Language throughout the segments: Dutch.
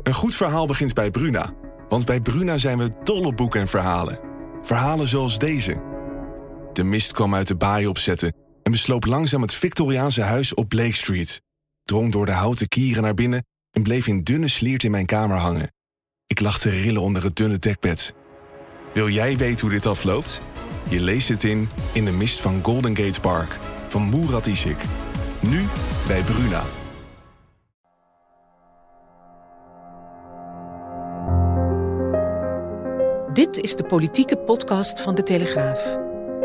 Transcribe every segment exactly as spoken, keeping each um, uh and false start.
Een goed verhaal begint bij Bruna. Want bij Bruna zijn we dol op boeken en verhalen. Verhalen zoals deze. De mist kwam uit de baai opzetten en besloop langzaam het Victoriaanse huis op Blake Street. Drong door de houten kieren naar binnen en bleef in dunne sliert in mijn kamer hangen. Ik lag te rillen onder het dunne dekbed. Wil jij weten hoe dit afloopt? Je leest het in In de mist van Golden Gate Park van Murat Isik. Nu bij Bruna. Dit is de politieke podcast van De Telegraaf.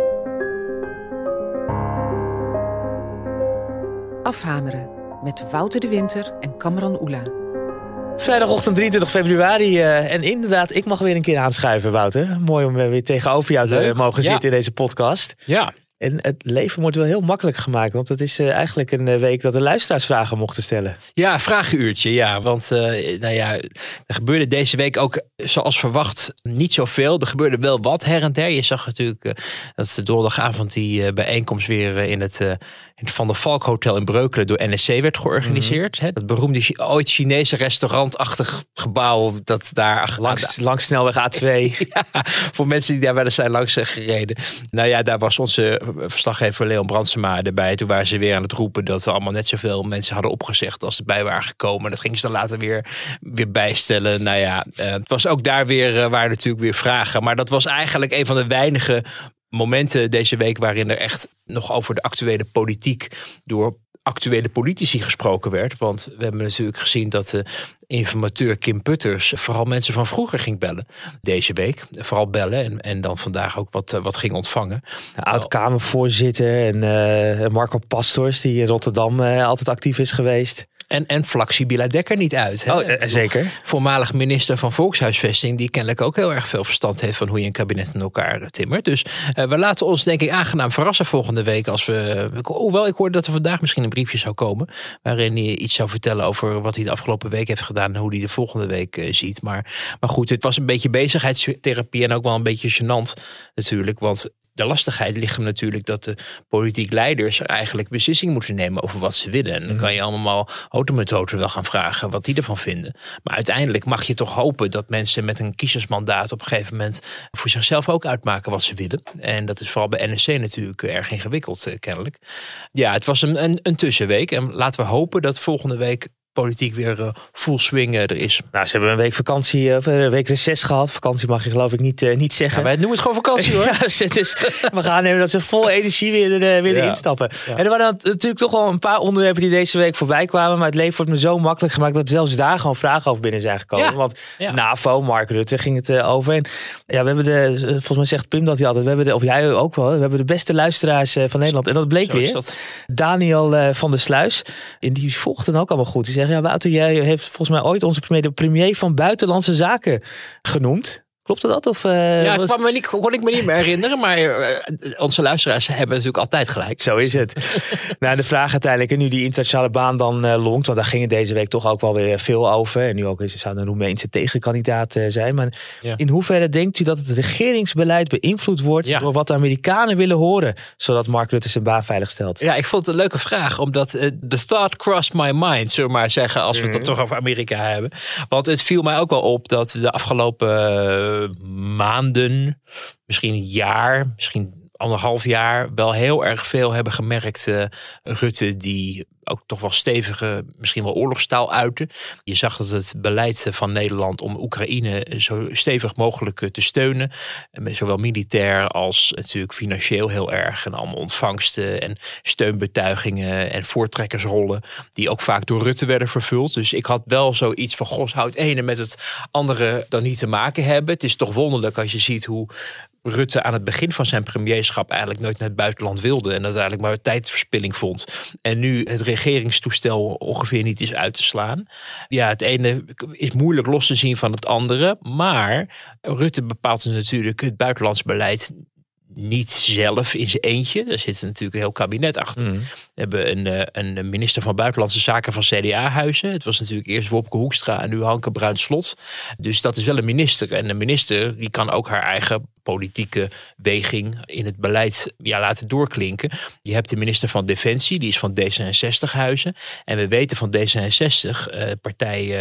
Afhameren met Wouter de Winter en Kamran Oela. Vrijdagochtend drieëntwintig februari uh, en inderdaad, ik mag weer een keer aanschuiven, Wouter. Mooi om weer tegenover jou te Leuk. mogen zitten ja. in deze podcast. Ja. En het leven wordt wel heel makkelijk gemaakt. Want het is uh, eigenlijk een week dat de luisteraars vragen mochten stellen. Ja, vragenuurtje. Ja, want uh, nou ja, er gebeurde deze week ook zoals verwacht niet zoveel. Er gebeurde wel wat her en der. Je zag natuurlijk uh, dat de donderdagavond die uh, bijeenkomst weer uh, in het... Uh, in het Van der Valk Hotel in Breukelen door N S C werd georganiseerd. Mm-hmm. Dat beroemde ooit Chinese restaurantachtig gebouw. Dat daar langs, aan, langs snelweg A twee. Ja, voor mensen die daar wel eens zijn langs gereden. Nou ja, daar was onze verslaggever Leon Brandsema erbij. Toen waren ze weer aan het roepen dat er allemaal net zoveel mensen hadden opgezegd als erbij waren gekomen. Dat gingen ze dan later weer, weer bijstellen. Nou ja, uh, het was ook daar weer, uh, waren natuurlijk weer vragen. Maar dat was eigenlijk een van de weinige momenten deze week waarin er echt nog over de actuele politiek door actuele politici gesproken werd. Want we hebben natuurlijk gezien dat de informateur Kim Putters vooral mensen van vroeger ging bellen deze week. Vooral bellen en, en dan vandaag ook wat, wat ging ontvangen. Oud-Kamervoorzitter en uh, Marco Pastors die in Rotterdam uh, altijd actief is geweest. En, en vlak Sibylla Dekker niet uit. Hè? Oh, uh, zeker. Voormalig minister van Volkshuisvesting die kennelijk ook heel erg veel verstand heeft van hoe je een kabinet met elkaar timmert. Dus uh, we laten ons denk ik aangenaam verrassen volgende week als we... Hoewel ik hoorde dat er vandaag misschien een briefje zou komen waarin hij iets zou vertellen over wat hij de afgelopen week heeft gedaan en hoe hij de volgende week uh, ziet. Maar, maar goed, het was een beetje bezigheidstherapie en ook wel een beetje gênant natuurlijk, want de lastigheid ligt hem natuurlijk dat de politiek leiders eigenlijk beslissingen moeten nemen over wat ze willen. En dan kan je allemaal automethoden wel gaan vragen wat die ervan vinden. Maar uiteindelijk mag je toch hopen dat mensen met een kiezersmandaat op een gegeven moment voor zichzelf ook uitmaken wat ze willen. En dat is vooral bij N S C natuurlijk erg ingewikkeld kennelijk. Ja, het was een, een, een tussenweek. En laten we hopen dat volgende week politiek weer uh, full swing uh, er is. Nou, ze hebben een week vakantie, uh, een week reces gehad. Vakantie mag je geloof ik niet, uh, niet zeggen. Ja, wij noemen het gewoon vakantie hoor. Ja, dus het is, we gaan nemen dat ze vol energie weer, er, weer ja. erin stappen. Ja. En er waren natuurlijk toch wel een paar onderwerpen die deze week voorbij kwamen. Maar het leven wordt me zo makkelijk gemaakt dat zelfs daar gewoon vragen over binnen zijn gekomen. Ja. Want ja. NAVO, Mark Rutte ging het uh, over. En ja, we hebben de, volgens mij zegt Pim dat hij altijd, we hebben de, of jij ook wel, we hebben de beste luisteraars uh, van Nederland. En dat bleek zo weer. Dat. Daniel uh, van der Sluis. En die volgt dan ook allemaal goed. Die zeggen, ja Wouter, jij heeft volgens mij ooit onze premier, de premier van Buitenlandse Zaken genoemd. Klopte dat? Of, uh, ja, was... kwam me niet, kon ik me niet meer herinneren. Maar uh, onze luisteraars hebben natuurlijk altijd gelijk. Zo is het. Nou, de vraag uiteindelijk, en nu die internationale baan dan uh, longt. Want daar ging het deze week toch ook wel weer veel over. En nu ook is, zou een Roemeense tegenkandidaat uh, zijn. Maar ja. in hoeverre denkt u dat het regeringsbeleid beïnvloed wordt ja. door wat de Amerikanen willen horen? Zodat Mark Rutte zijn baan veilig stelt. Ja, ik vond het een leuke vraag. Omdat uh, the thought crossed my mind, zullen we maar zeggen. Als we het mm. toch over Amerika hebben. Want het viel mij ook wel op dat de afgelopen... Uh, maanden, misschien een jaar, misschien anderhalf jaar wel heel erg veel hebben gemerkt. Uh, Rutte die ook toch wel stevige, misschien wel oorlogstaal uitte. Je zag dat het beleid van Nederland om Oekraïne zo stevig mogelijk te steunen. Zowel militair als natuurlijk financieel heel erg. En allemaal ontvangsten en steunbetuigingen en voortrekkersrollen. Die ook vaak door Rutte werden vervuld. Dus ik had wel zoiets van, goh, houdt het ene met het andere dan niet te maken hebben. Het is toch wonderlijk als je ziet hoe Rutte aan het begin van zijn premierschap eigenlijk nooit naar het buitenland wilde. En dat eigenlijk maar tijdverspilling vond. En nu het regeringstoestel ongeveer niet is uit te slaan. Ja, het ene is moeilijk los te zien van het andere. Maar Rutte bepaalt natuurlijk het buitenlands beleid niet zelf in zijn eentje. Daar zit natuurlijk een heel kabinet achter. Mm. We hebben een, een minister van Buitenlandse Zaken van C D A-huizen. Het was natuurlijk eerst Wopke Hoekstra en nu Hanke Bruins-Slot. Dus dat is wel een minister. En een minister die kan ook haar eigen politieke weging in het beleid ja, laten doorklinken. Je hebt de minister van Defensie, die is van D zesenzestig-huizen. En we weten van D zesenzestig, uh, partij uh,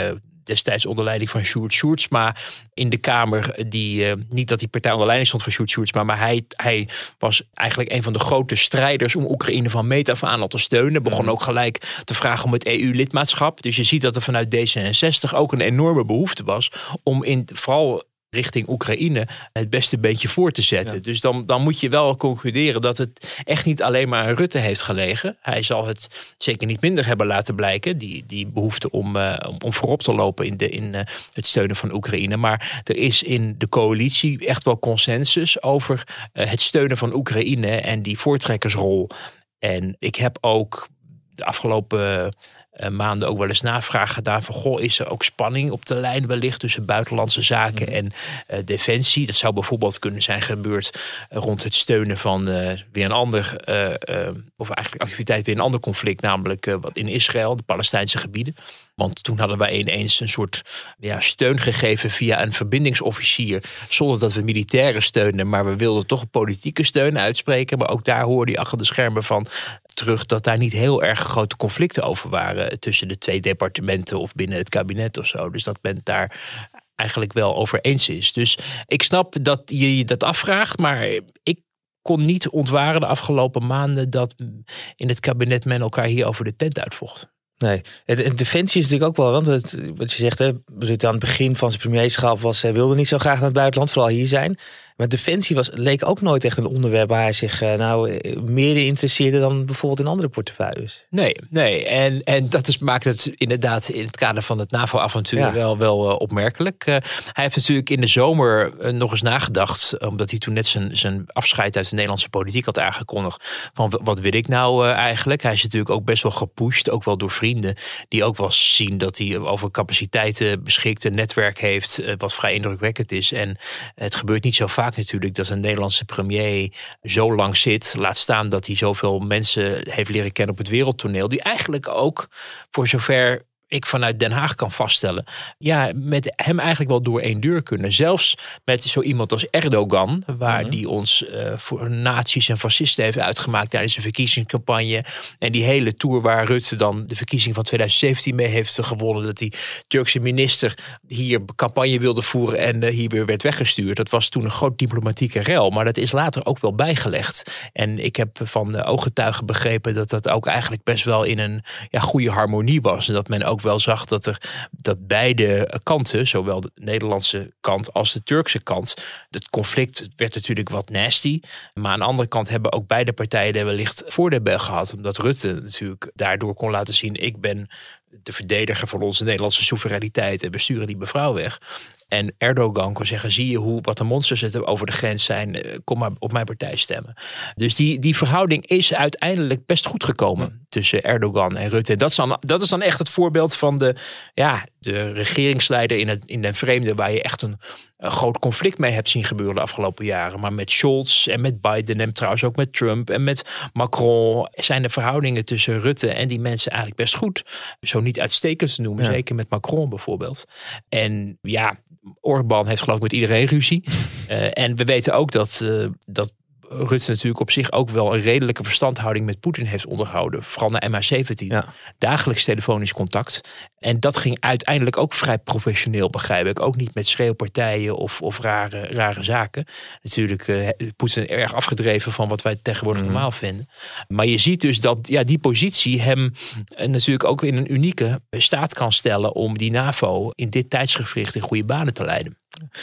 destijds onder leiding van Sjoerd Sjoerdsma in de Kamer. Die, uh, niet dat die partij onder leiding stond van Sjoerd Sjoerdsma, maar hij, hij was eigenlijk een van de grote strijders om Oekraïne van meet af aan al te steunen. Begon ook gelijk te vragen om het E U-lidmaatschap. Dus je ziet dat er vanuit D zesenzestig ook een enorme behoefte was om in vooral richting Oekraïne het beste beentje voor te zetten. Ja. Dus dan, dan moet je wel concluderen dat het echt niet alleen maar aan Rutte heeft gelegen. Hij zal het zeker niet minder hebben laten blijken, die, die behoefte om, uh, om, om voorop te lopen in, de, in uh, het steunen van Oekraïne. Maar er is in de coalitie echt wel consensus over uh, het steunen van Oekraïne en die voortrekkersrol. En ik heb ook de afgelopen Uh, maanden ook wel eens navraag gedaan van, goh, is er ook spanning op de lijn wellicht tussen buitenlandse zaken en uh, defensie? Dat zou bijvoorbeeld kunnen zijn gebeurd uh, rond het steunen van uh, weer een ander, uh, uh, of eigenlijk activiteit weer een ander conflict, namelijk uh, wat in Israël, de Palestijnse gebieden. Want toen hadden wij ineens een soort ja, steun gegeven via een verbindingsofficier, zonder dat we militairen steunden, maar we wilden toch politieke steun uitspreken. Maar ook daar hoorde je achter de schermen van terug dat daar niet heel erg grote conflicten over waren tussen de twee departementen of binnen het kabinet of zo. Dus dat men het daar eigenlijk wel over eens is. Dus ik snap dat je je dat afvraagt, maar ik kon niet ontwaren de afgelopen maanden dat in het kabinet men elkaar hier over de tent uitvocht. Nee, en defensie is natuurlijk ook wel, want het, wat je zegt, hè, Rutte aan het begin van zijn premierschap was, hij wilde niet zo graag naar het buitenland, vooral hier zijn. Maar defensie was, leek ook nooit echt een onderwerp waar hij zich uh, nou meer in interesseerde dan bijvoorbeeld in andere portefeuilles. Nee, nee. En, en dat is, maakt het inderdaad in het kader van het NAVO-avontuur ja. wel, wel uh, opmerkelijk. Uh, hij heeft natuurlijk in de zomer uh, nog eens nagedacht, omdat hij toen net zijn, zijn afscheid uit de Nederlandse politiek had aangekondigd, van wat wil ik nou uh, eigenlijk? Hij is natuurlijk ook best wel gepusht, ook wel door vrienden, die ook wel zien dat hij over capaciteiten beschikt, een netwerk heeft, uh, wat vrij indrukwekkend is. En het gebeurt niet zo vaak natuurlijk dat een Nederlandse premier zo lang zit. Laat staan dat hij zoveel mensen heeft leren kennen op het wereldtoneel. Die eigenlijk ook, voor zover ik vanuit Den Haag kan vaststellen, ja, met hem eigenlijk wel door één deur kunnen. Zelfs met zo iemand als Erdogan, waar mm-hmm. die ons uh, voor nazi's en fascisten heeft uitgemaakt tijdens de verkiezingscampagne. En die hele tour waar Rutte dan de verkiezing van twintig zeventien mee heeft gewonnen, dat die Turkse minister hier campagne wilde voeren en uh, hier weer werd weggestuurd. Dat was toen een groot diplomatieke rel, maar dat is later ook wel bijgelegd. En ik heb van de ooggetuigen begrepen dat dat ook eigenlijk best wel in een ja, goede harmonie was. En dat men ook wel zag dat er dat beide kanten, zowel de Nederlandse kant als de Turkse kant, het conflict werd natuurlijk wat nasty. Maar aan de andere kant hebben ook beide partijen er wellicht voordeel bij gehad, omdat Rutte natuurlijk daardoor kon laten zien, ik ben de verdediger van onze Nederlandse soevereiniteit en we sturen die mevrouw weg. En Erdogan kon zeggen, zie je hoe wat de monsters het over de grens zijn, kom maar op mijn partij stemmen. Dus die, die verhouding is uiteindelijk best goed gekomen ja. tussen Erdogan en Rutte. En dat is dan, dat is dan echt het voorbeeld van de, ja, de regeringsleider in, het, in den vreemde, waar je echt een, een groot conflict mee hebt zien gebeuren de afgelopen jaren. Maar met Scholz en met Biden en trouwens ook met Trump en met Macron zijn de verhoudingen tussen Rutte en die mensen eigenlijk best goed. Zo niet uitstekend te noemen, ja. zeker met Macron bijvoorbeeld. En ja, Orbán heeft geloof ik met iedereen ruzie. uh, en we weten ook dat, uh, dat Rutte natuurlijk op zich ook wel een redelijke verstandhouding met Poetin heeft onderhouden. Vooral naar M H zeventien. Ja. Dagelijks telefonisch contact. En dat ging uiteindelijk ook vrij professioneel, begrijp ik. Ook niet met schreeuwpartijen of, of rare, rare zaken. Natuurlijk uh, Poetin erg afgedreven van wat wij tegenwoordig mm. normaal vinden. Maar je ziet dus dat ja, die positie hem uh, natuurlijk ook in een unieke staat kan stellen om die NAVO in dit tijdsgevricht in goede banen te leiden.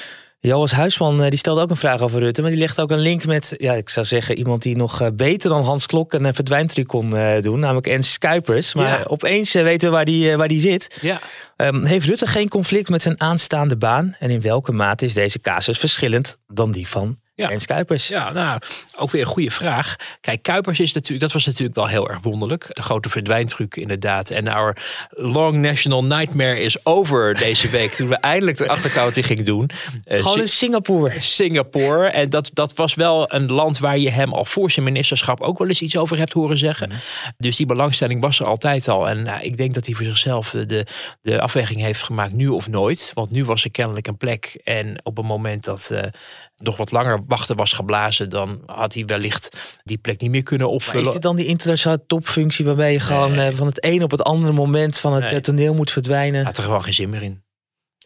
Joas Huisman die stelde ook een vraag over Rutte, maar die legt ook een link met, ja, ik zou zeggen, iemand die nog beter dan Hans Klok een verdwijntruc kon uh, doen, namelijk Ernst Kuipers. Maar ja. opeens uh, weten we waar die, uh, waar die zit. Ja. Um, heeft Rutte geen conflict met zijn aanstaande baan? En in welke mate is deze casus verschillend dan die van Ja. Ernst Kuipers? Ja, nou, ook weer een goede vraag. Kijk, Kuipers is natuurlijk, dat was natuurlijk wel heel erg wonderlijk. De grote verdwijntruc inderdaad. En our long national nightmare is over deze week. Toen we eindelijk de achterkant in gingen doen. Gewoon in Singapore. Singapore. En dat, dat was wel een land waar je hem al voor zijn ministerschap ook wel eens iets over hebt horen zeggen. Mm-hmm. Dus die belangstelling was er altijd al. En nou, ik denk dat hij voor zichzelf de, de afweging heeft gemaakt nu of nooit. Want nu was er kennelijk een plek. En op het moment dat Uh, nog wat langer wachten was geblazen, dan had hij wellicht die plek niet meer kunnen opvullen. Maar is dit dan die internationale topfunctie waarbij je gewoon nee. van het een op het andere moment van het nee. toneel moet verdwijnen? Had er gewoon geen zin meer in.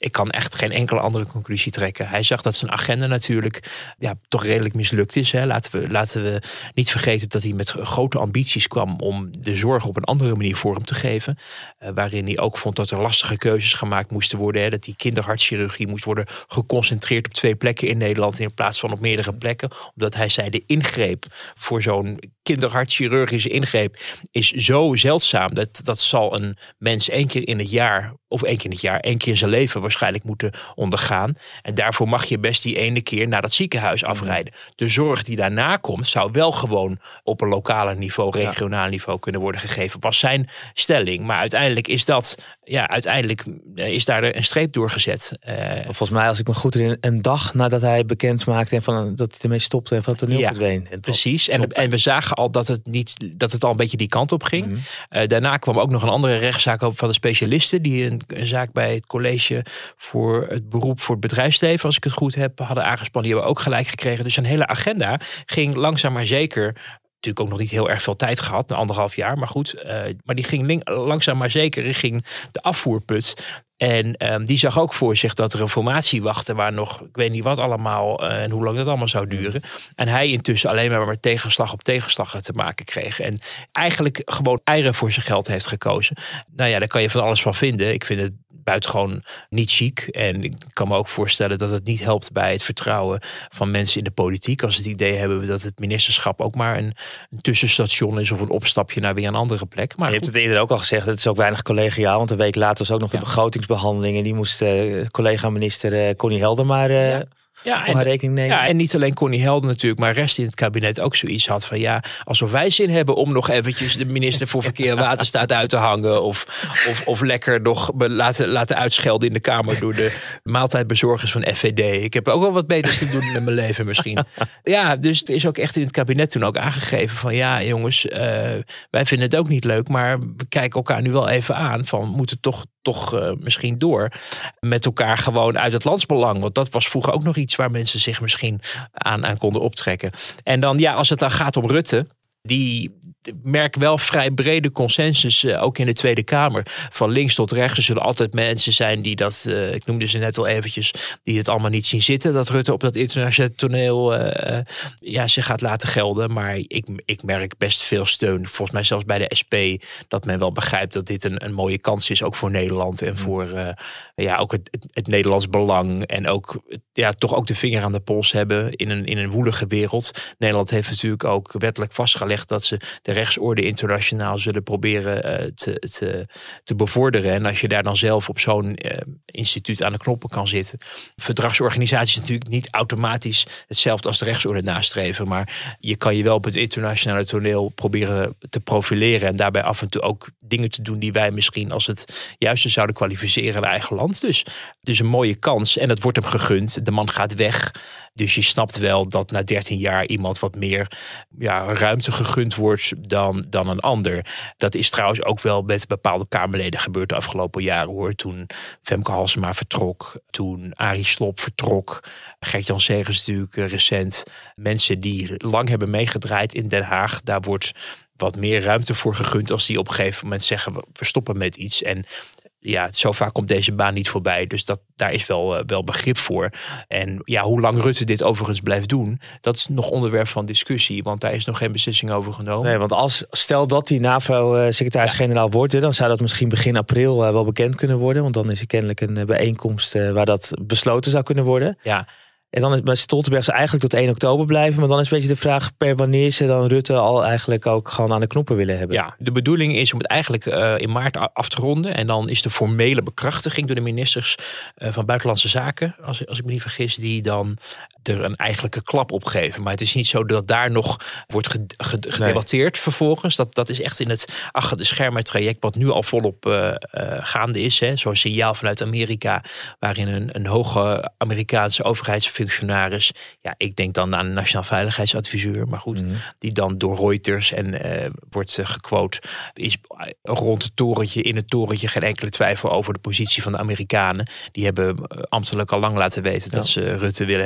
ik kan echt geen enkele andere conclusie trekken. Hij zag dat zijn agenda natuurlijk ja, toch redelijk mislukt is. Hè. Laten we, laten we niet vergeten dat hij met grote ambities kwam om de zorg op een andere manier vorm te geven. Uh, waarin hij ook vond dat er lastige keuzes gemaakt moesten worden. Hè. Dat die kinderhartchirurgie moest worden geconcentreerd op twee plekken in Nederland in plaats van op meerdere plekken. Omdat hij zei de ingreep voor zo'n kinderhartchirurgische ingreep is zo zeldzaam. Dat, dat zal een mens één keer in het jaar, of één keer in het jaar, één keer in zijn leven waarschijnlijk moeten ondergaan. En daarvoor mag je best die ene keer naar dat ziekenhuis afrijden. De zorg die daarna komt, zou wel gewoon op een lokale niveau, regionaal niveau kunnen worden gegeven. Was zijn stelling. Maar uiteindelijk is dat, ja, uiteindelijk is daar een streep doorgezet. Uh, Volgens mij, als ik me goed herinner, een dag nadat hij bekend maakte en van, dat hij ermee stopte en van het toneel ja, verdween. En precies. En, en we zagen al dat het niet, dat het al een beetje die kant op ging. Mm-hmm. Uh, daarna kwam ook nog een andere rechtszaak op van de specialisten die een, een zaak bij het college voor het beroep voor het bedrijfsleven, als ik het goed heb, hadden aangespannen. Die hebben we ook gelijk gekregen. Dus een hele agenda ging langzaam maar zeker. Natuurlijk ook nog niet heel erg veel tijd gehad, een anderhalf jaar, maar goed. Uh, maar die ging ling, langzaam maar zeker richting de afvoerput. En um, die zag ook voor zich dat er een formatie wachtte waar nog, ik weet niet wat allemaal uh, en hoe lang dat allemaal zou duren. En hij intussen alleen maar met tegenslag op tegenslag te maken kreeg. En eigenlijk gewoon eieren voor zijn geld heeft gekozen. Nou ja, daar kan je van alles van vinden. Ik vind het buitengewoon niet chic. En ik kan me ook voorstellen dat het niet helpt bij het vertrouwen van mensen in de politiek. Als ze het idee hebben dat het ministerschap ook maar een, een tussenstation is of een opstapje naar weer een andere plek. Maar je goed. hebt het eerder ook al gezegd, het is ook weinig collegiaal. Want een week later was ook nog de ja. begrotingsbehandeling. En die moest uh, collega-minister uh, Connie Helder maar uh, ja. Ja, en, rekening nemen. Ja, en niet alleen Connie Helder natuurlijk, maar rest in het kabinet ook zoiets had van ja, alsof wij zin hebben om nog eventjes de minister voor Verkeer en Waterstaat uit te hangen of, of, of lekker nog laten, laten uitschelden in de Kamer door de maaltijdbezorgers van F V D. Ik heb ook wel wat beters te doen met mijn leven misschien. Ja, dus het is ook echt in het kabinet toen ook aangegeven van ja jongens, uh, wij vinden het ook niet leuk, maar we kijken elkaar nu wel even aan van moeten toch toch uh, misschien door met elkaar gewoon uit het landsbelang. Want dat was vroeger ook nog iets waar mensen zich misschien aan, aan konden optrekken. En dan ja, als het dan gaat om Rutte, die merk wel vrij brede consensus, uh, ook in de Tweede Kamer. Van links tot rechts. Er zullen altijd mensen zijn die dat, uh, ik noemde ze net al eventjes, die het allemaal niet zien zitten. Dat Rutte op dat internationale toneel uh, ja, zich gaat laten gelden. Maar ik, ik merk best veel steun. Volgens mij zelfs bij de S P. Dat men wel begrijpt dat dit een, een mooie kans is. Ook voor Nederland. En voor uh, ja, ook het, het, het Nederlands belang. En ook ja, toch ook de vinger aan de pols hebben in een, in een woelige wereld. Nederland heeft natuurlijk ook wettelijk vastgelegd dat ze de rechtsorde internationaal zullen proberen uh, te, te, te bevorderen. En als je daar dan zelf op zo'n uh, instituut aan de knoppen kan zitten. Verdragsorganisatie is natuurlijk niet automatisch hetzelfde als de rechtsorde nastreven. Maar je kan je wel op het internationale toneel proberen te profileren. En daarbij af en toe ook dingen te doen die wij misschien als het juiste zouden kwalificeren in eigen land. Dus, dus een mooie kans. En dat wordt hem gegund. De man gaat weg. Dus je snapt wel dat na dertien jaar iemand wat meer ja, ruimte gegund wordt dan, dan een ander. Dat is trouwens ook wel met bepaalde Kamerleden gebeurd de afgelopen jaren hoor. Toen Femke Halsema vertrok, toen Arie Slob vertrok, Gert-Jan Segers natuurlijk recent. Mensen die lang hebben meegedraaid in Den Haag, daar wordt wat meer ruimte voor gegund als die op een gegeven moment zeggen we stoppen met iets. En ja, zo vaak komt deze baan niet voorbij. Dus dat, daar is wel, uh, wel begrip voor. En ja, hoe lang Rutte dit overigens blijft doen, dat is nog onderwerp van discussie. Want daar is nog geen beslissing over genomen. Nee, want als stel dat die NAVO-secretaris-generaal ja. wordt, dan zou dat misschien begin april uh, wel bekend kunnen worden. Want dan is er kennelijk een uh, bijeenkomst uh, waar dat besloten zou kunnen worden. Ja. En dan is bij Stoltenberg ze eigenlijk tot één oktober blijven. Maar dan is een beetje de vraag per wanneer ze dan Rutte al eigenlijk ook gewoon aan de knoppen willen hebben. Ja, de bedoeling is om het eigenlijk uh, in maart af te ronden. En dan is de formele bekrachtiging door de ministers uh, van Buitenlandse Zaken, als, als ik me niet vergis, die dan er een eigenlijke klap op geven. Maar het is niet zo dat daar nog wordt gedebatteerd nee. vervolgens. Dat, dat is echt in het achter de schermen traject wat nu al volop uh, uh, gaande is. Hè. Zo'n signaal vanuit Amerika, waarin een, een hoge Amerikaanse overheidsfunctionaris, ja, ik denk dan aan een nationaal veiligheidsadviseur, maar goed, mm-hmm. die dan door Reuters en uh, wordt uh, gequote, is rond het torentje, in het torentje geen enkele twijfel over de positie van de Amerikanen. Die hebben ambtelijk al lang laten weten ja. dat ze Rutte willen hebben. Dus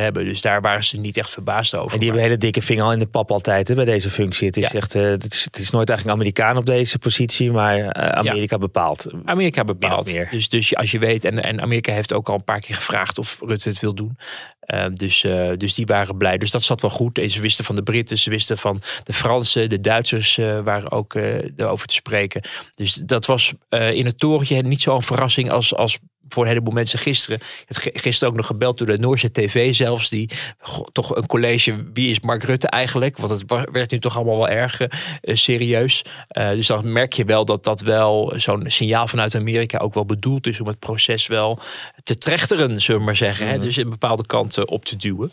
daar waren ze niet echt verbaasd over. En die hebben een hele dikke vinger al in de pap altijd hè, bij deze functie. Het is, ja. echt, uh, het, is, het is nooit eigenlijk een Amerikaan op deze positie, maar uh, Amerika ja. bepaalt. Amerika bepaalt. Dus, dus als je weet, en, en Amerika heeft ook al een paar keer gevraagd of Rutte het wil doen. Uh, dus, uh, dus die waren blij. Dus dat zat wel goed. En ze wisten van de Britten, ze wisten van de Fransen, de Duitsers uh, waren ook uh, erover te spreken. Dus dat was uh, in het torentje niet zo'n verrassing als, als voor een heleboel mensen gisteren. Het gisteren ook nog gebeld door de Noorse tv zelfs. Die goh, toch een college, wie is Mark Rutte eigenlijk? Want het werd nu toch allemaal wel erg uh, serieus. Uh, dus dan merk je wel dat dat wel zo'n signaal vanuit Amerika ook wel bedoeld is om het proces wel te trechteren, zullen we maar zeggen. Mm-hmm. Hè? Dus een bepaalde kant uh, op te duwen.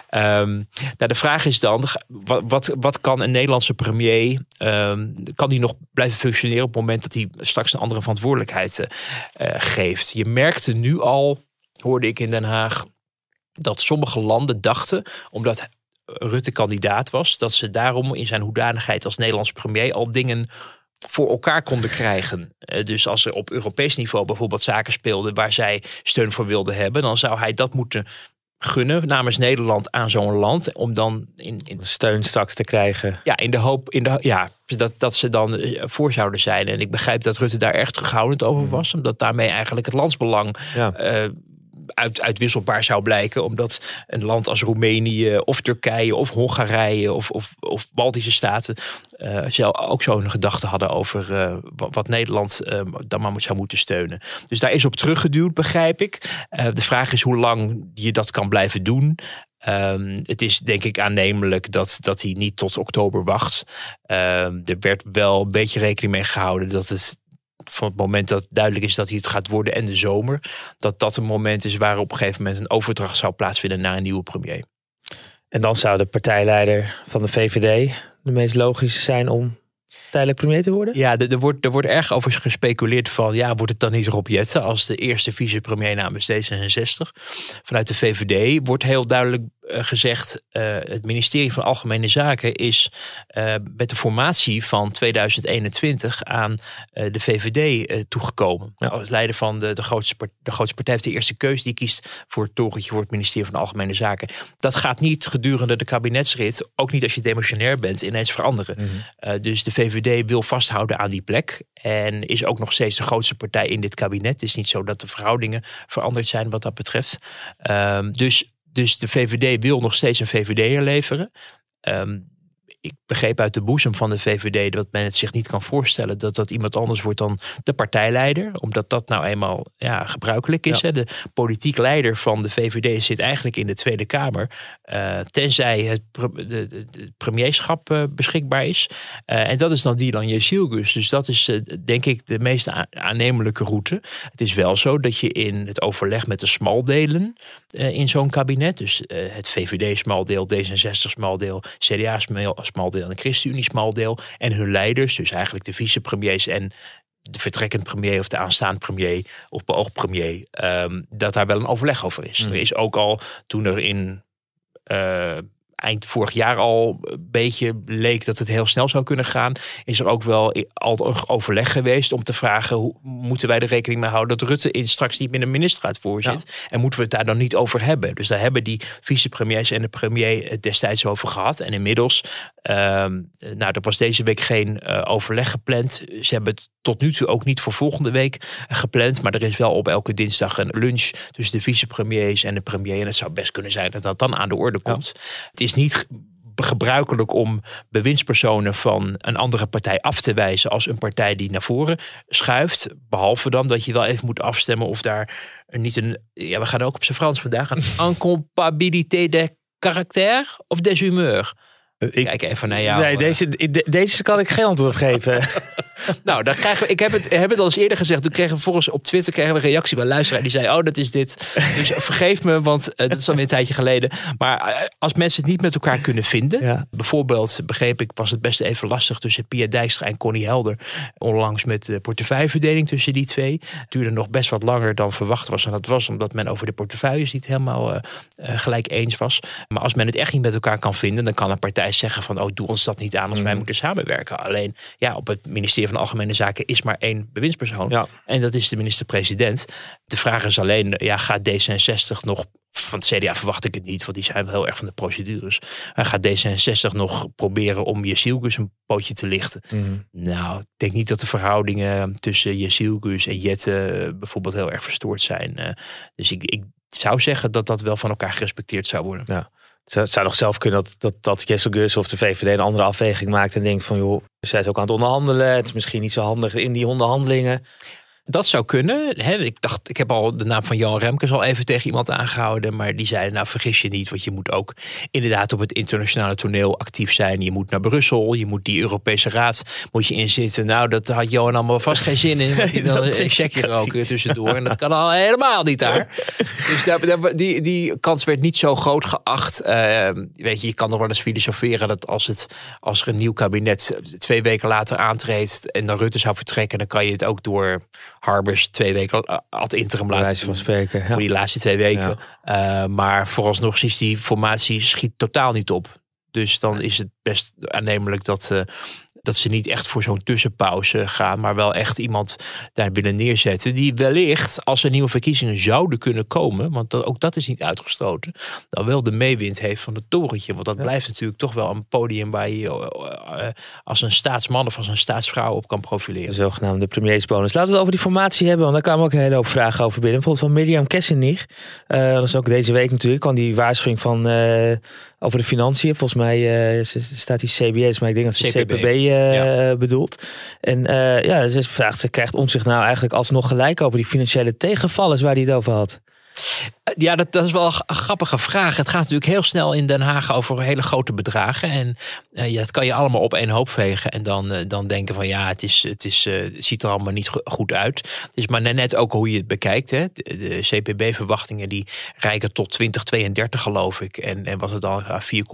Um, nou, de vraag is dan, wat, wat, wat kan een Nederlandse premier, um, kan die nog blijven functioneren op het moment dat hij straks een andere verantwoordelijkheid uh, geeft? Je merkte nu al, hoorde ik in Den Haag, dat sommige landen dachten, omdat Rutte kandidaat was, dat ze daarom in zijn hoedanigheid als Nederlands premier al dingen voor elkaar konden krijgen. Dus als er op Europees niveau bijvoorbeeld zaken speelden waar zij steun voor wilden hebben, dan zou hij dat moeten gunnen namens Nederland aan zo'n land, om dan in, in steun straks te krijgen. Ja, in de hoop, in de, ja, dat, dat ze dan voor zouden zijn. En ik begrijp dat Rutte daar erg terughoudend over was, omdat daarmee eigenlijk het landsbelang ja. uh, Uit, uitwisselbaar zou blijken, omdat een land als Roemenië of Turkije of Hongarije of, of, of Baltische staten uh, zelf ook zo'n gedachte hadden over uh, wat, wat Nederland uh, dan maar zou moeten steunen. Dus daar is op teruggeduwd, begrijp ik. Uh, de vraag is hoe lang je dat kan blijven doen. Um, het is denk ik aannemelijk dat, dat hij niet tot oktober wacht. Um, er werd wel een beetje rekening mee gehouden dat het van het moment dat duidelijk is dat hij het gaat worden en de zomer, dat dat een moment is waar op een gegeven moment een overdracht zou plaatsvinden naar een nieuwe premier. En dan zou de partijleider van de V V D de meest logische zijn om tijdelijk premier te worden? Ja, er, er, wordt, er wordt erg over gespeculeerd van, ja, wordt het dan niet Rob Jetten als de eerste vicepremier namens D zesenzestig? Vanuit de V V D wordt heel duidelijk uh, gezegd, uh, het ministerie van Algemene Zaken is uh, met de formatie van tweeduizend eenentwintig aan uh, de V V D uh, toegekomen. Ja. Als leider van de, de, grootste, de grootste partij heeft de eerste keus, die kiest voor het torentje voor het ministerie van Algemene Zaken. Dat gaat niet gedurende de kabinetsrit, ook niet als je demissionair bent, ineens veranderen. Mm-hmm. Uh, dus de V V D wil vasthouden aan die plek en is ook nog steeds de grootste partij in dit kabinet. Het is niet zo dat de verhoudingen veranderd zijn wat dat betreft. Um, dus, dus de V V D wil nog steeds een V V D'er leveren. Um, ik begreep uit de boezem van de V V D dat men het zich niet kan voorstellen dat dat iemand anders wordt dan de partijleider. Omdat dat nou eenmaal ja, gebruikelijk is. Ja. Hè? De politiek leider van de V V D zit eigenlijk in de Tweede Kamer. Uh, tenzij het pre- de, de, de premierschap uh, beschikbaar is. Uh, en dat is dan Dylan Jezielgus. Dus dat is uh, denk ik de meest a- aannemelijke route. Het is wel zo dat je in het overleg met de smaldelen uh, in zo'n kabinet, dus uh, het V V D-smaldeel, D zesenzestig-smaldeel, C D A-smaldeel, smaldeel en de ChristenUnie-smaldeel en hun leiders, dus eigenlijk de vicepremiers en de vertrekkend premier of de aanstaand premier of beoogd premier, um, dat daar wel een overleg over is. Mm. Er is ook al, toen er in uh, eind vorig jaar al een beetje leek dat het heel snel zou kunnen gaan, is er ook wel al een overleg geweest om te vragen, hoe moeten wij er rekening mee houden dat Rutte in straks niet meer een ministerraad voorzit? Ja. En moeten we het daar dan niet over hebben? Dus daar hebben die vicepremiers en de premier het destijds over gehad. En inmiddels, um, nou, er was deze week geen uh, overleg gepland. Ze hebben het tot nu toe ook niet voor volgende week gepland, maar er is wel op elke dinsdag een lunch tussen de vicepremiers en de premier. En het zou best kunnen zijn dat dat dan aan de orde komt. Ja. Het is niet gebruikelijk om bewindspersonen van een andere partij af te wijzen als een partij die naar voren schuift. Behalve dan dat je wel even moet afstemmen of daar niet een, ja, we gaan ook op zijn Frans vandaag, een incompatibilité de caractère of des humeurs. Ik kijk even naar jou. Nee, deze, de, deze kan ik geen antwoord op geven. Nou, dan krijgen we, ik heb het, heb het al eens eerder gezegd. Toen kregen we volgens op Twitter kregen we een reactie bij een luisteraar. Die zei, oh, dat is dit. Dus vergeef me, want uh, dat is alweer een tijdje geleden. Maar uh, als mensen het niet met elkaar kunnen vinden. Ja. Bijvoorbeeld, begreep ik, was het best even lastig tussen Pia Dijkstra en Connie Helder. Onlangs met de portefeuilleverdeling tussen die twee. Het duurde nog best wat langer dan verwacht was. En dat was omdat men over de portefeuilles niet helemaal uh, uh, gelijk eens was. Maar als men het echt niet met elkaar kan vinden, dan kan een partij zeggen van, oh, doe ons dat niet aan als mm. wij moeten samenwerken. Alleen, ja, op het ministerie van Algemene Zaken is maar één bewindspersoon. Ja. En dat is de minister-president. De vraag is alleen, ja, gaat D zesenzestig nog van het C D A verwacht ik het niet, want die zijn wel heel erg van de procedures. En gaat D zesenzestig nog proberen om Jezilgus een pootje te lichten? Mm. Nou, ik denk niet dat de verhoudingen tussen Jezilgus en Jette bijvoorbeeld heel erg verstoord zijn. Dus ik, ik zou zeggen dat dat wel van elkaar gerespecteerd zou worden. Ja. Het zou nog zelf kunnen dat, dat, dat Jezilgus of de V V D een andere afweging maakt en denkt van joh, zij is ook aan het onderhandelen. Het is misschien niet zo handig in die onderhandelingen. Dat zou kunnen. He, ik dacht, ik heb al de naam van Johan Remkes al even tegen iemand aangehouden. Maar die zei, nou vergis je niet. Want je moet ook inderdaad op het internationale toneel actief zijn. Je moet naar Brussel. Je moet die Europese Raad moet je inzitten. Nou, dat had Johan allemaal vast geen zin in. Want hij wil een checkje roken tussendoor. En dat kan al helemaal niet daar. Dus daar, die, die kans werd niet zo groot geacht. Uh, weet je, je kan nog wel eens filosoferen dat als, het, als er een nieuw kabinet twee weken later aantreedt en dan Rutte zou vertrekken, dan kan je het ook door Harbers twee weken ad interim laten van spreken, ja. Voor die laatste twee weken. Ja. Uh, maar vooralsnog is die formatie schiet totaal niet op. Dus dan is het best aannemelijk dat, uh, dat ze niet echt voor zo'n tussenpauze gaan, maar wel echt iemand daar willen neerzetten die wellicht, als er nieuwe verkiezingen zouden kunnen komen, want dat, ook dat is niet uitgesloten, dan wel de meewind heeft van het torentje. Want dat ja. blijft natuurlijk toch wel een podium waar je uh, uh, als een staatsman of als een staatsvrouw op kan profileren. De zogenaamde premiersbonus. Laten we het over die formatie hebben, want daar kwamen ook een hele hoop vragen over binnen. Bijvoorbeeld van Mirjam Kessenich. Uh, dat is ook deze week natuurlijk, kwam die waarschuwing van uh, over de financiën. Volgens mij uh, staat die C B S, maar ik denk dat ze C P B, C P B uh, ja. bedoelt. En uh, ja, ze vraagt, ze krijgt Omtzigt nou eigenlijk alsnog gelijk over die financiële tegenvallers waar hij het over had. Ja, dat, dat is wel een grappige vraag. Het gaat natuurlijk heel snel in Den Haag over hele grote bedragen. En uh, ja, dat kan je allemaal op één hoop vegen. En dan, uh, dan denken van ja, het, is, het, is, uh, het ziet er allemaal niet goed uit. Het is maar net ook hoe je het bekijkt. Hè. De, de C P B-verwachtingen die reiken tot twintig tweeëndertig geloof ik. En, en wat er dan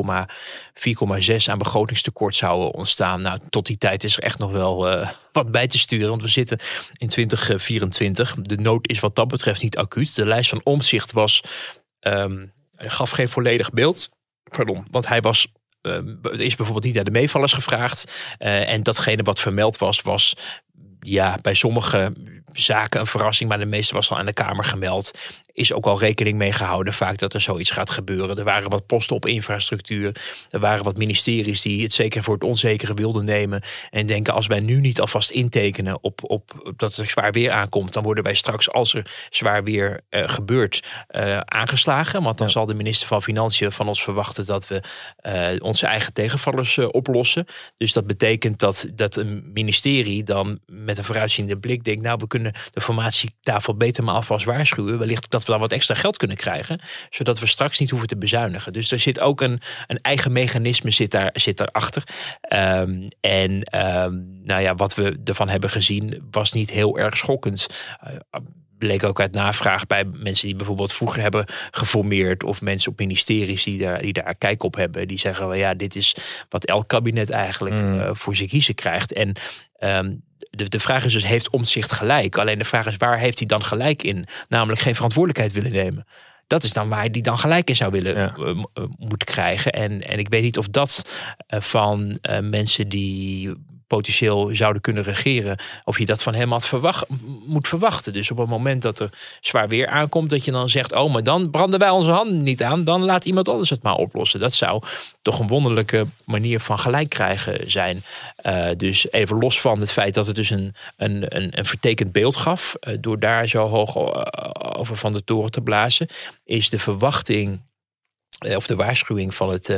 vier komma zes aan begrotingstekort zou ontstaan. Nou, tot die tijd is er echt nog wel uh, wat bij te sturen. Want we zitten in twintig vierentwintig. De nood is wat dat betreft niet acuut. De lijst van Omtzigt was, um, gaf geen volledig beeld. Pardon, want hij was, uh, er is bijvoorbeeld niet naar de meevallers gevraagd. Uh, en datgene wat vermeld was, was ja, bij sommige zaken een verrassing, maar de meeste was al aan de Kamer gemeld. Is ook al rekening mee gehouden vaak dat er zoiets gaat gebeuren. Er waren wat posten op infrastructuur. Er waren wat ministeries die het zeker voor het onzekere wilden nemen. En denken, als wij nu niet alvast intekenen op, op dat er zwaar weer aankomt, dan worden wij straks, als er zwaar weer uh, gebeurt, uh, aangeslagen. Want dan ja. zal de minister van Financiën van ons verwachten dat we uh, onze eigen tegenvallers uh, oplossen. Dus dat betekent dat, dat een ministerie dan met een vooruitziende blik denkt, nou, we kunnen de formatietafel beter maar alvast waarschuwen. Wellicht dat we dan wat extra geld kunnen krijgen, zodat we straks niet hoeven te bezuinigen. Dus er zit ook een, een eigen mechanisme zit daar, zit daarachter. Um, en um, nou ja, wat we ervan hebben gezien was niet heel erg schokkend. Uh, bleek ook uit navraag bij mensen die bijvoorbeeld vroeger hebben geformeerd, of mensen op ministeries die daar, die daar kijk op hebben. Die zeggen, well, ja, dit is wat elk kabinet eigenlijk mm. uh, voor zich kiezen krijgt. En um, De, de vraag is dus, heeft Omtzigt gelijk? Alleen de vraag is, waar heeft hij dan gelijk in? Namelijk geen verantwoordelijkheid willen nemen. Dat is dan waar hij die dan gelijk in zou willen ja. uh, uh, moeten krijgen. En, en ik weet niet of dat uh, van uh, mensen die potentieel zouden kunnen regeren, of je dat van hem had verwacht, moet verwachten. Dus op het moment dat er zwaar weer aankomt, dat je dan zegt, oh, maar dan branden wij onze handen niet aan, dan laat iemand anders het maar oplossen. Dat zou toch een wonderlijke manier van gelijk krijgen zijn. Uh, dus even los van het feit dat het dus een, een, een, een vertekend beeld gaf, uh, door daar zo hoog over van de toren te blazen, is de verwachting of de waarschuwing van het uh,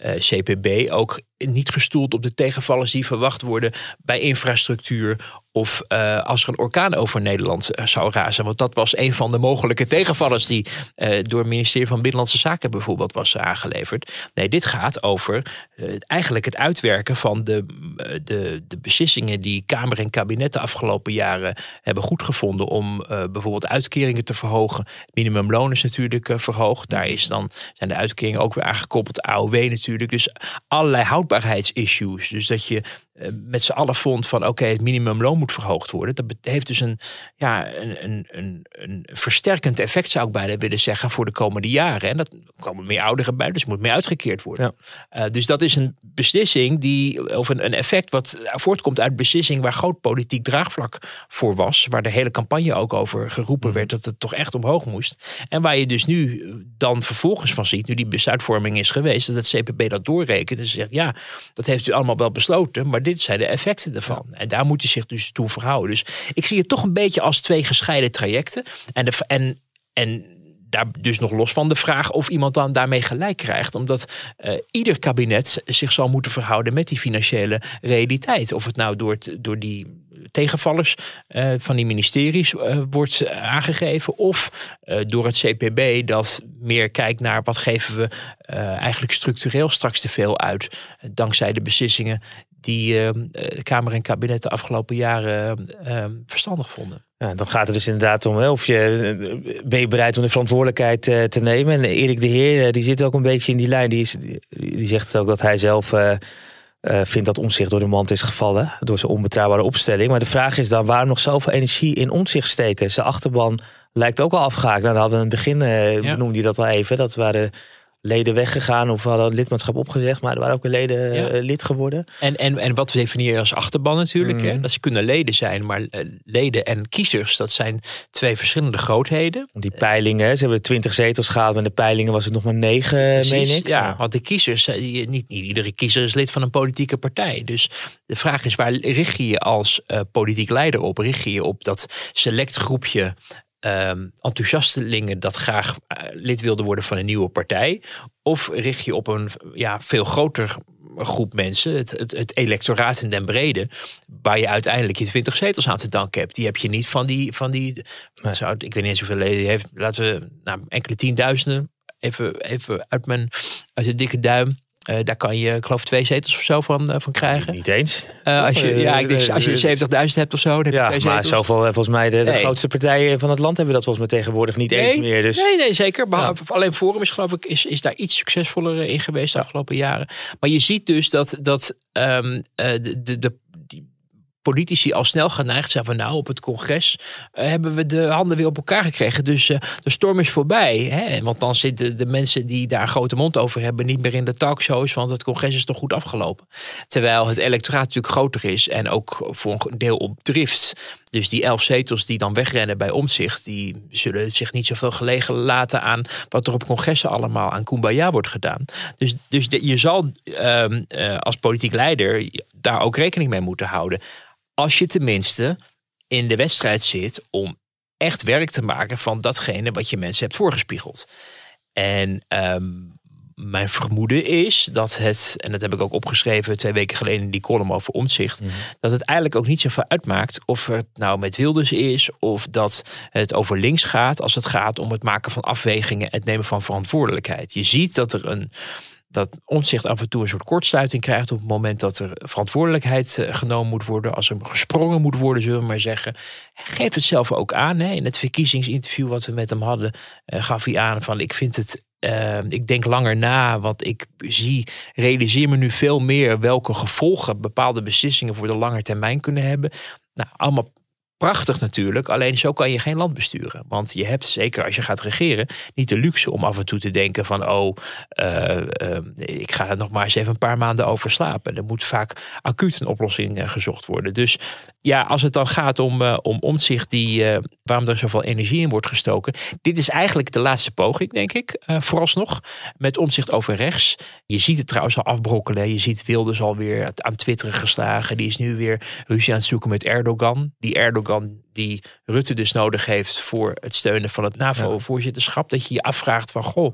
C P B ook niet gestoeld op de tegenvallers die verwacht worden bij infrastructuur of uh, als er een orkaan over Nederland uh, zou razen. Want dat was een van de mogelijke tegenvallers die uh, door het ministerie van Binnenlandse Zaken bijvoorbeeld was aangeleverd. Nee, dit gaat over uh, eigenlijk het uitwerken van de, uh, de, de beslissingen die Kamer en kabinet de afgelopen jaren hebben goedgevonden om uh, bijvoorbeeld uitkeringen te verhogen. Het minimumloon is natuurlijk uh, verhoogd. Daar is dan, zijn de uitkeringen ook weer aangekoppeld. A O W natuurlijk. Dus allerlei houdbaarheidsissues. Dus dat je met z'n allen vond van oké, okay, het minimumloon moet verhoogd worden. Dat heeft dus een, ja, een, een, een, een versterkend effect, zou ik bijna willen zeggen, voor de komende jaren. En dat komen meer ouderen bij, dus moet meer uitgekeerd worden. Ja. Uh, dus dat is een beslissing die, of een, een effect wat voortkomt uit beslissing waar groot politiek draagvlak voor was. Waar de hele campagne ook over geroepen werd dat het toch echt omhoog moest. En waar je dus nu dan vervolgens van ziet, nu die besluitvorming is geweest, dat het C P B dat doorrekent. Dus zegt ja, dat heeft u allemaal wel besloten, maar dit zijn de effecten ervan. Ja. En daar moet je zich dus toe verhouden. Dus ik zie het toch een beetje als twee gescheiden trajecten. En, de, en, en daar dus nog los van de vraag of iemand dan daarmee gelijk krijgt. Omdat uh, ieder kabinet zich zal moeten verhouden met die financiële realiteit. Of het nou door, het, door die tegenvallers uh, van die ministeries uh, wordt aangegeven. Of uh, door het C P B dat meer kijkt naar wat geven we uh, eigenlijk structureel straks te veel uit. Uh, dankzij de beslissingen die uh, de Kamer en kabinet de afgelopen jaren uh, verstandig vonden. Ja, dan gaat het dus inderdaad om of je ben je bereid om de verantwoordelijkheid uh, te nemen. En Erik de Heer, uh, die zit ook een beetje in die lijn. Die, is, die, die zegt ook dat hij zelf uh, uh, vindt dat Omtzigt door de mand is gevallen. Door zijn onbetrouwbare opstelling. Maar de vraag is dan waarom nog zoveel energie in Omtzigt steken. Zijn achterban lijkt ook al afgehaakt. Nou, dan hadden we in het begin, uh, ja. benoemde je dat al even. Dat waren leden weggegaan of hadden lidmaatschap opgezegd, maar er waren ook weer leden ja. uh, lid geworden. En, en, en wat we definiëren als achterban natuurlijk, mm. hè? Dat ze kunnen leden zijn, maar uh, leden en kiezers, dat zijn twee verschillende grootheden. Die peilingen, ze hebben twintig zetels gehaald, maar de peilingen was het nog maar negen, Precies, meen ik. Ja, want de kiezers, niet, niet iedere kiezer is lid van een politieke partij. Dus de vraag is, waar richt je je als uh, politiek leider op? Richt je je op dat select groepje Um, enthousiastelingen dat graag uh, lid wilden worden van een nieuwe partij? Of richt je op een ja, veel groter groep mensen, het, het, het electoraat in den brede, waar je uiteindelijk je twintig zetels aan te danken hebt? Die heb je niet van die, van die nee. zou, ik weet niet eens hoeveel leden die heeft, laten we nou, enkele tienduizenden, even, even uit, mijn, uit de dikke duim. Uh, daar kan je, ik geloof, twee zetels of zo van, uh, van krijgen. Niet eens. Uh, als, je, ja, ik denk, als je zeventigduizend hebt of zo, dan heb je ja, twee zetels. Maar zoveel, volgens mij, de, de nee. grootste partijen van het land hebben dat volgens mij tegenwoordig niet nee, eens meer. Dus. Nee, nee, zeker. Behalve, ja. Alleen Forum is, geloof ik, is, is daar iets succesvoller in geweest de afgelopen jaren. Maar je ziet dus dat, dat um, uh, de, de, de politici al snel geneigd zijn van nou, op het congres uh, hebben we de handen weer op elkaar gekregen. Dus uh, de storm is voorbij. Hè? Want dan zitten de mensen die daar een grote mond over hebben niet meer in de talkshows, want het congres is toch goed afgelopen. Terwijl het electoraat natuurlijk groter is en ook voor een deel op drift. Dus die elf zetels die dan wegrennen bij Omtzigt, die zullen zich niet zoveel gelegen laten aan wat er op congressen allemaal aan Kumbaya wordt gedaan. Dus, dus de, je zal uh, uh, als politiek leider daar ook rekening mee moeten houden. Als je tenminste in de wedstrijd zit om echt werk te maken van datgene wat je mensen hebt voorgespiegeld. En um, mijn vermoeden is dat het, en dat heb ik ook opgeschreven twee weken geleden in die column over Omtzigt, mm-hmm. dat het eigenlijk ook niet zoveel uitmaakt of het nou met Wilders is of dat het over links gaat als het gaat om het maken van afwegingen en het nemen van verantwoordelijkheid. Je ziet dat er een dat Omtzigt af en toe een soort kortsluiting krijgt op het moment dat er verantwoordelijkheid genomen moet worden. Als er gesprongen moet worden, zullen we maar zeggen. Geef het zelf ook aan. Hè. In het verkiezingsinterview wat we met hem hadden, uh, gaf hij aan van ik vind het, uh, ik denk langer na wat ik zie. Realiseer me nu veel meer welke gevolgen bepaalde beslissingen voor de lange termijn kunnen hebben. Nou, allemaal prachtig natuurlijk, alleen zo kan je geen land besturen. Want je hebt, zeker als je gaat regeren, niet de luxe om af en toe te denken van oh, uh, uh, ik ga er nog maar eens even een paar maanden over slapen. Er moet vaak acuut een oplossing uh, gezocht worden. Dus ja, als het dan gaat om, uh, om Omtzigt, die, uh, waarom er zoveel energie in wordt gestoken. Dit is eigenlijk de laatste poging, denk ik, uh, vooralsnog. Met Omtzigt over rechts. Je ziet het trouwens al afbrokkelen. Je ziet Wilders alweer aan twitteren geslagen. Die is nu weer ruzie aan het zoeken met Erdogan. Die Erdogan die Rutte dus nodig heeft voor het steunen van het NAVO-voorzitterschap. Dat je je afvraagt van, goh,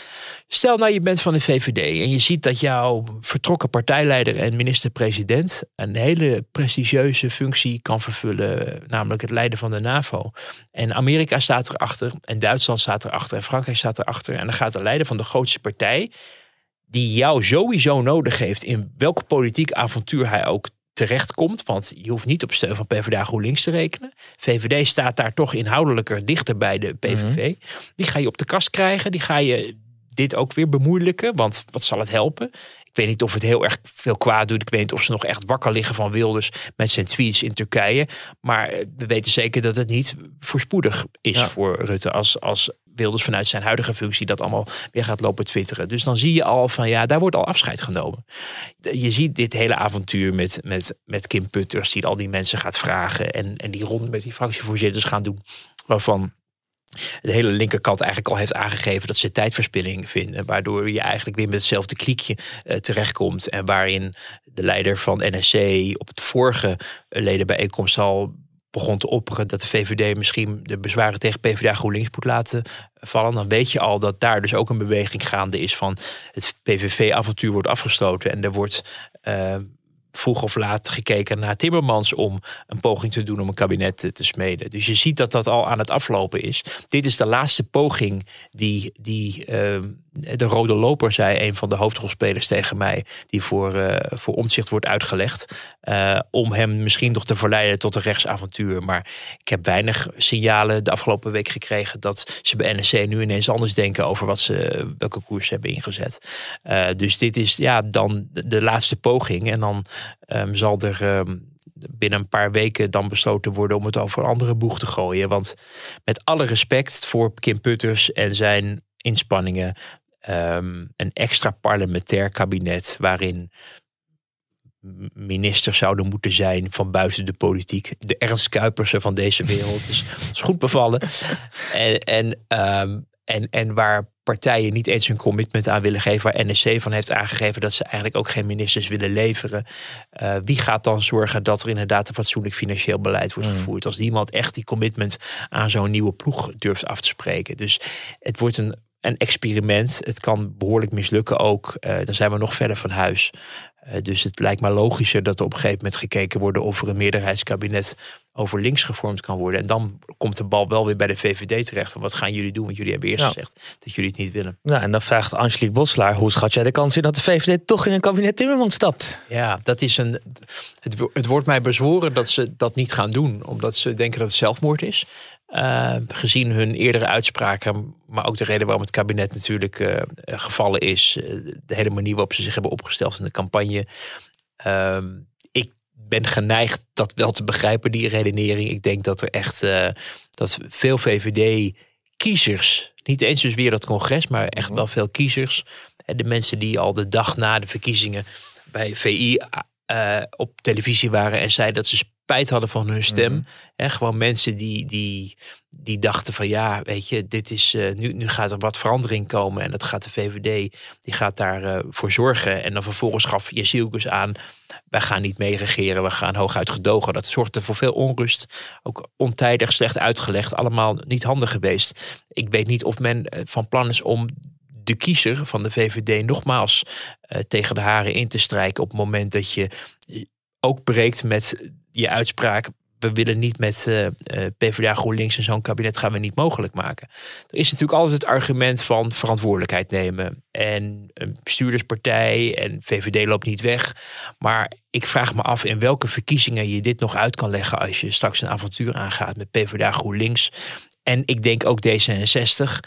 stel nou je bent van de V V D en je ziet dat jouw vertrokken partijleider en minister-president een hele prestigieuze functie kan vervullen, namelijk het leiden van de NAVO. En Amerika staat erachter en Duitsland staat erachter en Frankrijk staat erachter. En dan gaat de leider van de grootste partij, die jou sowieso nodig heeft in welk politiek avontuur hij ook terechtkomt, want je hoeft niet op steun van PvdA GroenLinks te rekenen. V V D staat daar toch inhoudelijker dichter bij de P V V. Mm-hmm. Die ga je op de kast krijgen, die ga je dit ook weer bemoeilijken, want wat zal het helpen? Ik weet niet of het heel erg veel kwaad doet. Ik weet niet of ze nog echt wakker liggen van Wilders met zijn tweets in Turkije. Maar we weten zeker dat het niet voorspoedig is ja. voor Rutte. Als, als Wilders vanuit zijn huidige functie dat allemaal weer gaat lopen twitteren. Dus dan zie je al van ja, daar wordt al afscheid genomen. Je ziet dit hele avontuur met, met, met Kim Putters die al die mensen gaat vragen. En, en die ronde met die fractievoorzitters gaan doen. Waarvan de hele linkerkant eigenlijk al heeft aangegeven dat ze tijdverspilling vinden. Waardoor je eigenlijk weer met hetzelfde kliekje uh, terechtkomt. En waarin de leider van N S C op het vorige ledenbijeenkomst al begon te opperen dat de V V D misschien de bezwaren tegen PvdA GroenLinks moet laten vallen. Dan weet je al dat daar dus ook een beweging gaande is van het P V V-avontuur wordt afgesloten. En er wordt uh, vroeg of laat gekeken naar Timmermans om een poging te doen om een kabinet te, te smeden. Dus je ziet dat dat al aan het aflopen is. Dit is de laatste poging die, die uh, de rode loper, zei een van de hoofdrolspelers tegen mij, die voor, uh, voor Omtzigt wordt uitgelegd, uh, om hem misschien nog te verleiden tot een rechtsavontuur. Maar ik heb weinig signalen de afgelopen week gekregen dat ze bij N S C nu ineens anders denken over wat ze, welke koers ze hebben ingezet. Uh, dus dit is ja dan de, de laatste poging. En dan um, zal er um, binnen een paar weken dan besloten worden om het over een andere boeg te gooien. Want met alle respect voor Kim Putters en zijn inspanningen, Um, een extra parlementair kabinet waarin ministers zouden moeten zijn van buiten de politiek. De Ernst Kuipersen van deze wereld. Dus dat is goed bevallen. En, en, um, en, en waar partijen niet eens hun commitment aan willen geven. Waar N S C van heeft aangegeven dat ze eigenlijk ook geen ministers willen leveren. Uh, wie gaat dan zorgen dat er inderdaad een fatsoenlijk financieel beleid wordt gevoerd? Als niemand echt die commitment aan zo'n nieuwe ploeg durft af te spreken. Dus het wordt een Een experiment. Het kan behoorlijk mislukken ook. Uh, dan zijn we nog verder van huis. Uh, dus het lijkt me logischer dat er op een gegeven moment gekeken wordt of er een meerderheidskabinet over links gevormd kan worden. En dan komt de bal wel weer bij de V V D terecht. Van wat gaan jullie doen? Want jullie hebben eerst ja. gezegd dat jullie het niet willen. Nou, en dan vraagt Angelique Bosselaar, hoe schat jij de kans in dat de V V D toch in een kabinet Timmermans stapt? Ja, dat is een. Het, het wordt mij bezworen dat ze dat niet gaan doen. Omdat ze denken dat het zelfmoord is. Uh, gezien hun eerdere uitspraken, maar ook de reden waarom het kabinet natuurlijk uh, gevallen is. Uh, de hele manier waarop ze zich hebben opgesteld in de campagne. Uh, ik ben geneigd dat wel te begrijpen, die redenering. Ik denk dat er echt uh, dat veel V V D-kiezers, niet eens dus weer dat congres, maar echt wel veel kiezers. De mensen die al de dag na de verkiezingen bij V I uh, op televisie waren en zeiden dat ze spijt hadden van hun stem. Mm-hmm. He, gewoon mensen die, die, die dachten van ja, weet je, dit is uh, nu, nu gaat er wat verandering komen en dat gaat de V V D, die gaat daarvoor uh, voor zorgen. En dan vervolgens gaf Jezilkus aan, wij gaan niet mee regeren, we gaan hooguit gedogen. Dat zorgde voor veel onrust, ook ontijdig, slecht uitgelegd, allemaal niet handig geweest. Ik weet niet of men uh, van plan is om de kiezer van de V V D nogmaals uh, tegen de haren in te strijken op het moment dat je uh, ook breekt met je uitspraak, we willen niet met uh, uh, PvdA GroenLinks en zo'n kabinet gaan we niet mogelijk maken. Er is natuurlijk altijd het argument van verantwoordelijkheid nemen. En een bestuurderspartij en V V D loopt niet weg. Maar ik vraag me af in welke verkiezingen je dit nog uit kan leggen als je straks een avontuur aangaat met PvdA GroenLinks. En ik denk ook D zesenzestig.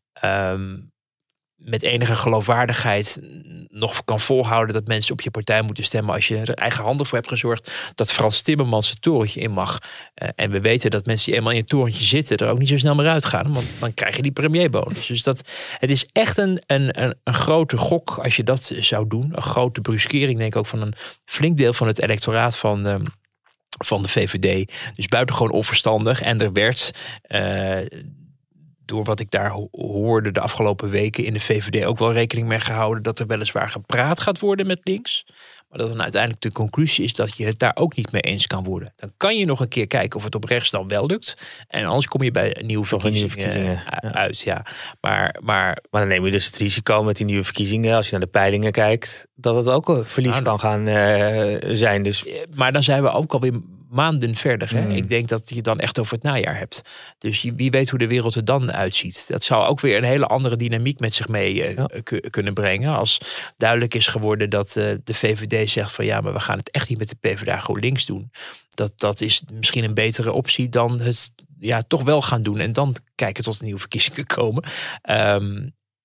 Um, met enige geloofwaardigheid nog kan volhouden dat mensen op je partij moeten stemmen als je er eigenhandig voor hebt gezorgd dat Frans Timmermans het torentje in mag. Uh, en we weten dat mensen die eenmaal in het torentje zitten er ook niet zo snel meer uitgaan, want dan krijg je die premierbonus. Dus dat, het is echt een, een, een, een grote gok als je dat zou doen. Een grote bruskering, denk ik ook, van een flink deel van het electoraat van um, van de V V D. Dus buitengewoon onverstandig. En er werd Uh, door wat ik daar hoorde de afgelopen weken in de V V D ook wel rekening mee gehouden dat er weliswaar gepraat gaat worden met links. Maar dat dan uiteindelijk de conclusie is dat je het daar ook niet mee eens kan worden. Dan kan je nog een keer kijken of het op rechts dan wel lukt. En anders kom je bij een nieuwe verkiezingen, nieuwe verkiezingen uit. Ja. Maar, maar, maar dan neem je dus het risico met die nieuwe verkiezingen, als je naar de peilingen kijkt, dat het ook een verlies nou, kan gaan uh, zijn. Dus. Maar dan zijn we ook alweer maanden verder. Hè? Mm. Ik denk dat je dan echt over het najaar hebt. Dus wie weet hoe de wereld er dan uitziet. Dat zou ook weer een hele andere dynamiek met zich mee uh, ja. k- kunnen brengen. Als duidelijk is geworden dat uh, de V V D zegt van ja, maar we gaan het echt niet met de PvdA GroenLinks doen. Dat, dat is misschien een betere optie dan het ja, toch wel gaan doen. En dan kijken tot er nieuwe verkiezingen komen. Um,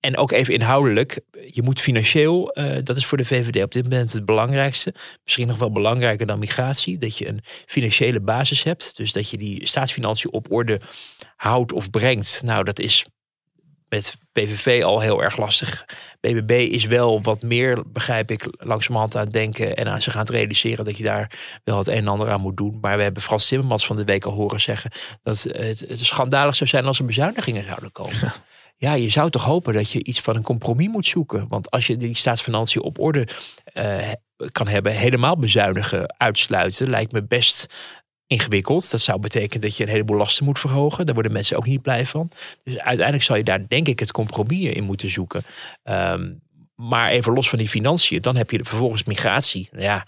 en ook even inhoudelijk. Je moet financieel, uh, dat is voor de V V D op dit moment het belangrijkste. Misschien nog wel belangrijker dan migratie. Dat je een financiële basis hebt. Dus dat je die staatsfinanciën op orde houdt of brengt. Nou, dat is met P V V al heel erg lastig. B B B is wel wat meer, begrijp ik, langzamerhand aan het denken en aan zich aan het realiseren dat je daar wel het een en ander aan moet doen. Maar we hebben Frans Timmermans van de week al horen zeggen dat het, het schandalig zou zijn als er bezuinigingen zouden komen. Ja. Ja, je zou toch hopen dat je iets van een compromis moet zoeken. Want als je die staatsfinanciën op orde uh, kan hebben, helemaal bezuinigen, uitsluiten, lijkt me best ingewikkeld. Dat zou betekenen dat je een heleboel lasten moet verhogen. Daar worden mensen ook niet blij van. Dus uiteindelijk zal je daar denk ik het compromis in moeten zoeken. Um, maar even los van die financiën, dan heb je vervolgens migratie. Ja,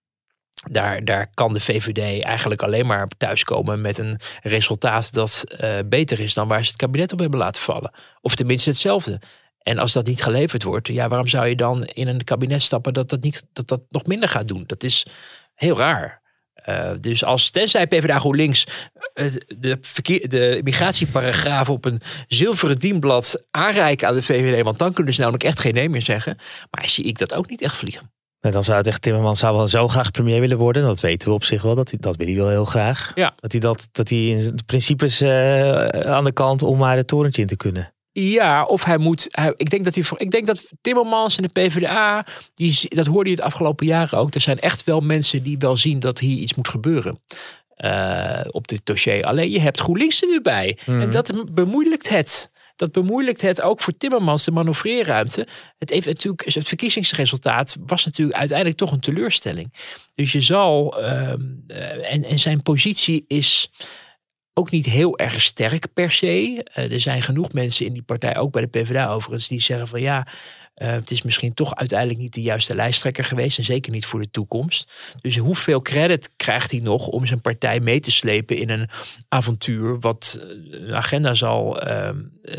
daar, daar kan de V V D eigenlijk alleen maar thuiskomen met een resultaat dat uh, beter is dan waar ze het kabinet op hebben laten vallen. Of tenminste hetzelfde. En als dat niet geleverd wordt, ja, waarom zou je dan in een kabinet stappen dat dat, niet, dat, dat nog minder gaat doen? Dat is heel raar. Uh, dus als tenzij P v d A GroenLinks uh, de, verkeer, de migratieparagraaf op een zilveren dienblad aanreiken aan de V V D, want dan kunnen ze namelijk echt geen nee meer zeggen. Maar zie ik dat ook niet echt vliegen. Nou, dan zou het echt, Timmermans zou wel zo graag premier willen worden. Dat weten we op zich wel. Dat, hij, dat wil hij wel heel graag. Ja. Dat hij dat, dat hij in zijn principes uh, aan de kant om maar het torentje in te kunnen. Ja, of hij moet. Hij, ik, denk dat hij, ik denk dat Timmermans en de P v d A, die, dat hoorde je het afgelopen jaren ook. Er zijn echt wel mensen die wel zien dat hier iets moet gebeuren. Uh, op dit dossier. Alleen je hebt GroenLinks er nu bij. Mm. En dat bemoeilijkt het. Dat bemoeilijkt het ook voor Timmermans de manoeuvreerruimte. Het, heeft natuurlijk, het verkiezingsresultaat was natuurlijk uiteindelijk toch een teleurstelling. Dus je zal. Uh, en, en zijn positie is ook niet heel erg sterk per se. Uh, er zijn genoeg mensen in die partij, ook bij de P v d A overigens, die zeggen van ja, uh, het is misschien toch uiteindelijk niet de juiste lijsttrekker geweest en zeker niet voor de toekomst. Dus hoeveel credit krijgt hij nog om zijn partij mee te slepen in een avontuur wat een agenda zal, uh,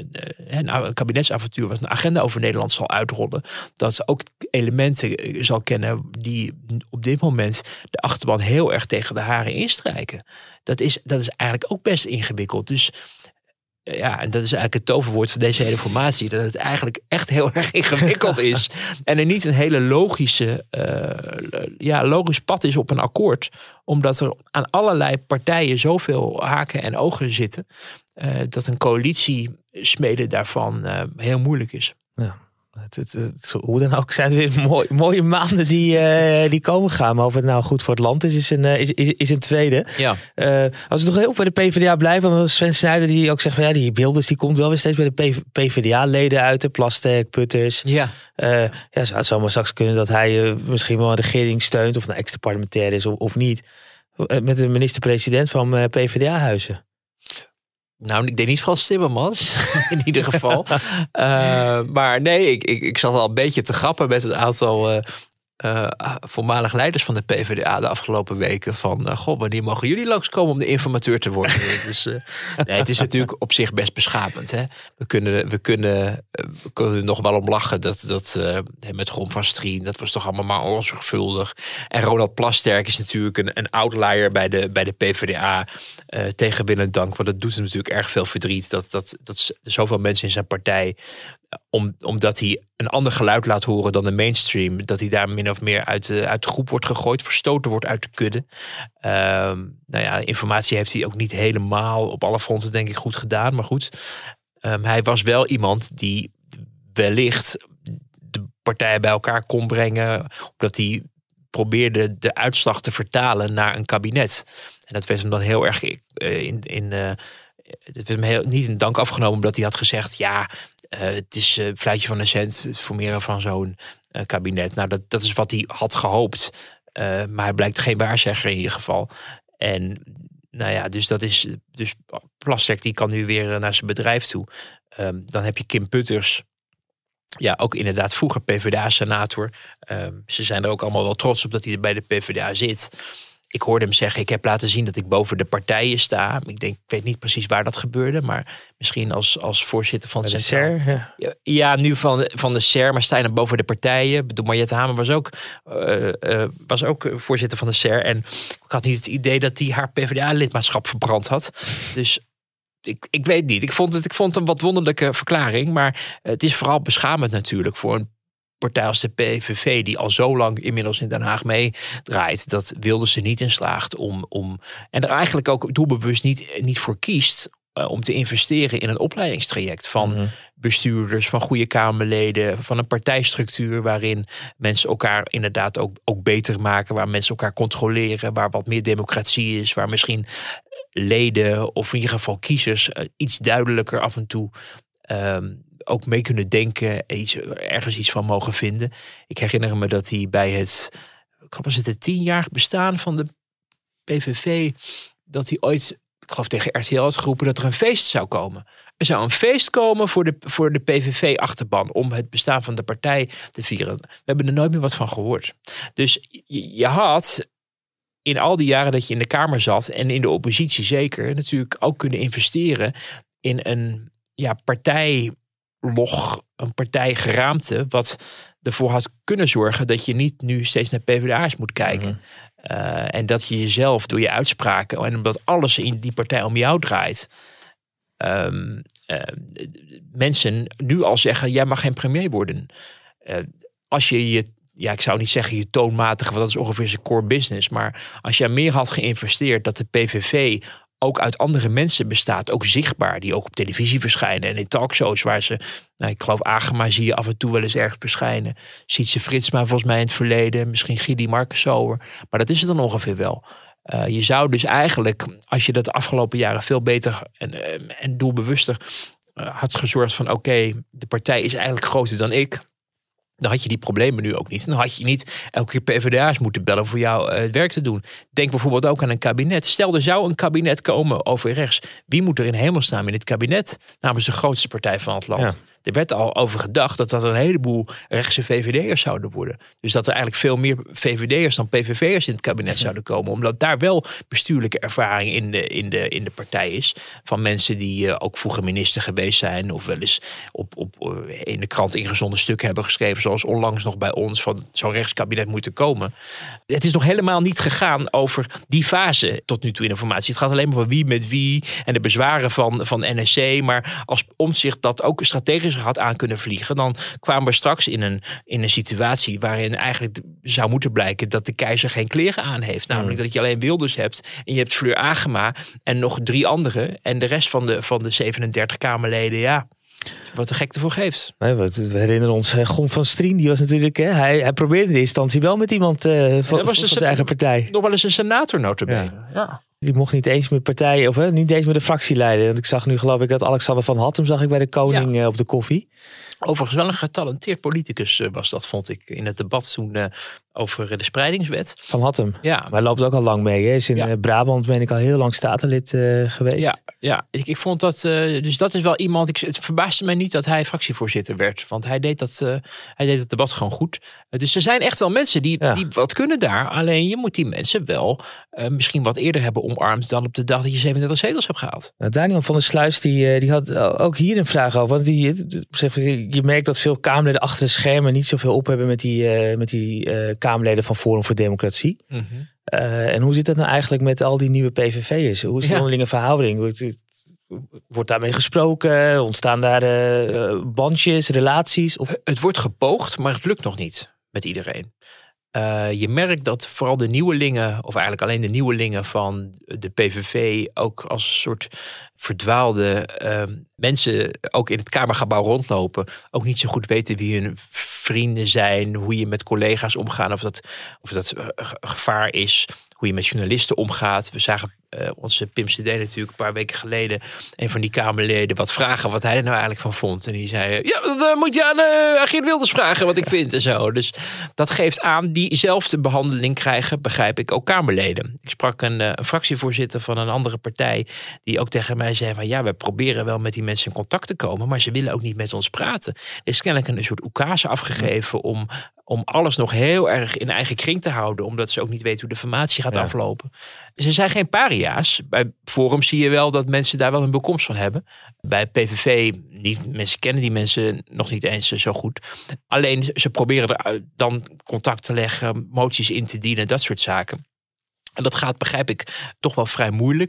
een kabinetsavontuur wat een agenda over Nederland zal uitrollen, dat ook elementen zal kennen die op dit moment de achterban heel erg tegen de haren instrijken. Dat is, dat is eigenlijk ook best ingewikkeld. Dus ja, en dat is eigenlijk het toverwoord van deze hele formatie. Dat het eigenlijk echt heel erg ingewikkeld is. En er niet een hele logische, uh, ja, logisch pad is op een akkoord. Omdat er aan allerlei partijen zoveel haken en ogen zitten. Uh, dat een coalitie smeden daarvan uh, heel moeilijk is. Ja. Het, het, het, hoe dan ook zijn het weer mooi, mooie maanden die, uh, die komen gaan. Maar of het nou goed voor het land is, is een, uh, is, is, is een tweede. Ja. Uh, als we nog heel bij de P v d A blijven. Want Sven Snijder die ook zegt van ja, die Wilders die komt wel weer steeds bij de P v d A-leden uit. De Plasterk, Putters. Ja. Uh, ja, zou het zomaar straks kunnen dat hij uh, misschien wel een regering steunt. Of een extra parlementair is of, of niet. Uh, met de minister-president van uh, P v d A-huizen. Nou, ik denk niet Frans Timmermans, in ieder geval. uh, maar nee, ik, ik, ik zat al een beetje te grappen met het aantal uh, uh, voormalig leiders van de P v d A de afgelopen weken. Van, uh, goh, wanneer mogen jullie langskomen om de informateur te worden? dus, uh, nee, het is natuurlijk op zich best beschamend. Hè? We, kunnen, we, kunnen, we kunnen er nog wel om lachen dat, dat uh, met Ron van Strien, dat was toch allemaal maar onzorgvuldig. En Ronald Plasterk is natuurlijk een, een outlier bij de, bij de P v d A uh, tegen wil en dank. Want dat doet hem natuurlijk erg veel verdriet. Dat, dat, dat zoveel mensen in zijn partij, Om, omdat hij een ander geluid laat horen dan de mainstream, dat hij daar min of meer uit de, uit de groep wordt gegooid, verstoten wordt uit de kudde. Um, nou ja, informatie heeft hij ook niet helemaal op alle fronten denk ik goed gedaan, maar goed. Um, hij was wel iemand die wellicht de partijen bij elkaar kon brengen, omdat hij probeerde de uitslag te vertalen naar een kabinet. En dat werd hem dan heel erg in... in uh, het werd hem heel, niet in dank afgenomen omdat hij had gezegd, ja, Uh, het is een uh, fluitje van een cent, het formeren van zo'n uh, kabinet. Nou, dat, dat is wat hij had gehoopt. Uh, maar hij blijkt geen waarzegger in ieder geval. En nou ja, dus dat is. Dus Plasterk die kan nu weer uh, naar zijn bedrijf toe. Um, dan heb je Kim Putters. Ja, ook inderdaad vroeger P v d A-senator. Um, ze zijn er ook allemaal wel trots op dat hij bij de P v d A zit. Ik hoorde hem zeggen, ik heb laten zien dat ik boven de partijen sta. Ik denk, ik weet niet precies waar dat gebeurde, maar misschien als, als voorzitter van de het S E R. Ja. Ja, ja, nu van de, van de S E R, maar sta je dan boven de partijen. Ik bedoel, Mariette Hamer was ook, uh, uh, was ook voorzitter van de S E R. En ik had niet het idee dat hij haar P v d A-lidmaatschap verbrand had. Dus Ik, ik weet niet. Ik vond, het, ik vond het een wat wonderlijke verklaring. Maar het is vooral beschamend natuurlijk voor een partij als de P V V... die al zo lang inmiddels in Den Haag meedraait. Dat Wilders er niet in slaagt om... om en er eigenlijk ook doelbewust niet, niet voor kiest... Uh, om te investeren in een opleidingstraject van mm-hmm. bestuurders, van goede Kamerleden, van een partijstructuur waarin mensen elkaar inderdaad ook, ook beter maken, waar mensen elkaar controleren, waar wat meer democratie is, waar misschien leden of in ieder geval kiezers uh, iets duidelijker af en toe um, ook mee kunnen denken en iets, ergens iets van mogen vinden. Ik herinner me dat hij bij het, was het het tienjarig bestaan van de P V V, dat hij ooit, ik geloof tegen R T L had geroepen dat er een feest zou komen. Er zou een feest komen voor de, voor de P V V-achterban om het bestaan van de partij te vieren. We hebben er nooit meer wat van gehoord. Dus je, je had in al die jaren dat je in de Kamer zat en in de oppositie zeker natuurlijk ook kunnen investeren in een ja, partijlog, een partijgeraamte wat ervoor had kunnen zorgen dat je niet nu steeds naar P v d A's moet kijken. Mm-hmm. Uh, en dat je jezelf door je uitspraken en omdat alles in die partij om jou draait, um, uh, mensen nu al zeggen, jij mag geen premier worden. Uh, als je je, ja, ik zou niet zeggen je toonmatige, want dat is ongeveer zijn core business, maar als jij meer had geïnvesteerd dat de P V V ook uit andere mensen bestaat, ook zichtbaar, die ook op televisie verschijnen en in talkshows waar ze, nou, ik geloof Agema zie je af en toe wel eens ergens verschijnen. Sietse Fritsma volgens mij in het verleden, misschien Gidi Markensower, maar dat is het dan ongeveer wel. Uh, je zou dus eigenlijk, als je dat de afgelopen jaren veel beter en, uh, en doelbewuster uh, had gezorgd van oké, okay, de partij is eigenlijk groter dan ik, dan had je die problemen nu ook niet. Dan had je niet elke keer P v d A's moeten bellen voor jou uh, het werk te doen. Denk bijvoorbeeld ook aan een kabinet. Stel, er zou een kabinet komen over rechts. Wie moet er in hemelsnaam in dit kabinet? Namens de grootste partij van het land. Ja. Er werd al over gedacht dat dat een heleboel rechtse V V D'ers zouden worden. Dus dat er eigenlijk veel meer V V D'ers dan P V V'ers in het kabinet zouden komen. Omdat daar wel bestuurlijke ervaring in de, in de, in de partij is. Van mensen die uh, ook vroeger minister geweest zijn. Of wel eens op, op, uh, in de krant ingezonden stukken hebben geschreven. Zoals onlangs nog bij ons van zo'n rechtskabinet moeten komen. Het is nog helemaal niet gegaan over die fase tot nu toe in de formatie. Het gaat alleen maar van wie met wie. En de bezwaren van, van N S C. Maar als Omtzigt dat ook strategisch had aan kunnen vliegen, dan kwamen we straks in een, in een situatie waarin eigenlijk zou moeten blijken dat de keizer geen kleren aan heeft. Namelijk mm. dat je alleen Wilders hebt en je hebt Fleur Agema en nog drie anderen en de rest van de, van de zevenendertig Kamerleden, ja, wat de gek ervoor geeft. Nee, we herinneren ons, Gon van Strien, die was natuurlijk, hè, hij, hij probeerde in de instantie wel met iemand uh, van, van zijn eigen partij. Nog wel eens een senator notabene. Ja. ja. Die mocht niet eens met partij, of hè, niet eens met de fractie leiden. Want ik zag nu geloof ik dat Alexander van Hattem zag ik bij de koning ja. uh, op de koffie. Overigens wel een getalenteerd politicus uh, was dat, vond ik, in het debat toen uh, over de spreidingswet. Van Hattem. Ja. Maar hij loopt ook al lang mee. Hè? Is in ja. Brabant ben ik al heel lang statenlid uh, geweest. Ja, ja. Ik, ik vond dat, uh, dus dat is wel iemand, ik, het verbaasde mij niet dat hij fractievoorzitter werd. Want hij deed dat, uh, hij deed het debat gewoon goed. Uh, dus er zijn echt wel mensen die, ja. die wat kunnen daar. Alleen je moet die mensen wel uh, misschien wat eerder hebben omarmd dan op de dag dat je zevenendertig zetels hebt gehaald. Nou, Daniel van der Sluis die, die had ook hier een vraag over. Want die, je merkt dat veel Kamerleden achter de schermen niet zoveel op hebben met die, uh, met die uh, Kamerleden van Forum voor Democratie. Mm-hmm. Uh, en hoe zit dat nou eigenlijk met al die nieuwe P V V'ers? Hoe is die ja. onderlinge verhouding? Wordt daarmee gesproken? Ontstaan daar uh, bandjes, relaties? Of? Het wordt gepoogd, maar het lukt nog niet met iedereen. Uh, je merkt dat vooral de nieuwelingen, of eigenlijk alleen de nieuwelingen van de P V V ook als een soort verdwaalde uh, mensen ook in het Kamergebouw rondlopen. Ook niet zo goed weten wie hun vrienden zijn, hoe je met collega's omgaat, of dat, of dat uh, gevaar is, hoe je met journalisten omgaat. We zagen uh, onze Pim C D natuurlijk een paar weken geleden, een van die Kamerleden, wat vragen wat hij er nou eigenlijk van vond. En die zei, ja, dat uh, moet je aan uh, Geert Wilders vragen wat ik vind en zo. Dus dat geeft aan, diezelfde behandeling krijgen, begrijp ik, ook Kamerleden. Ik sprak een, uh, een fractievoorzitter van een andere partij, die ook tegen mij zei van, ja, we proberen wel met die mensen in contact te komen, maar ze willen ook niet met ons praten. Er is kennelijk een soort oekase afgegeven om om alles nog heel erg in eigen kring te houden, omdat ze ook niet weten hoe de formatie gaat ja. aflopen. Ze zijn geen paria's. Bij Forum zie je wel dat mensen daar wel een bekomst van hebben. Bij P V V niet. Mensen kennen die mensen nog niet eens zo goed. Alleen ze proberen er dan contact te leggen, moties in te dienen, dat soort zaken. En dat gaat, begrijp ik, toch wel vrij moeilijk.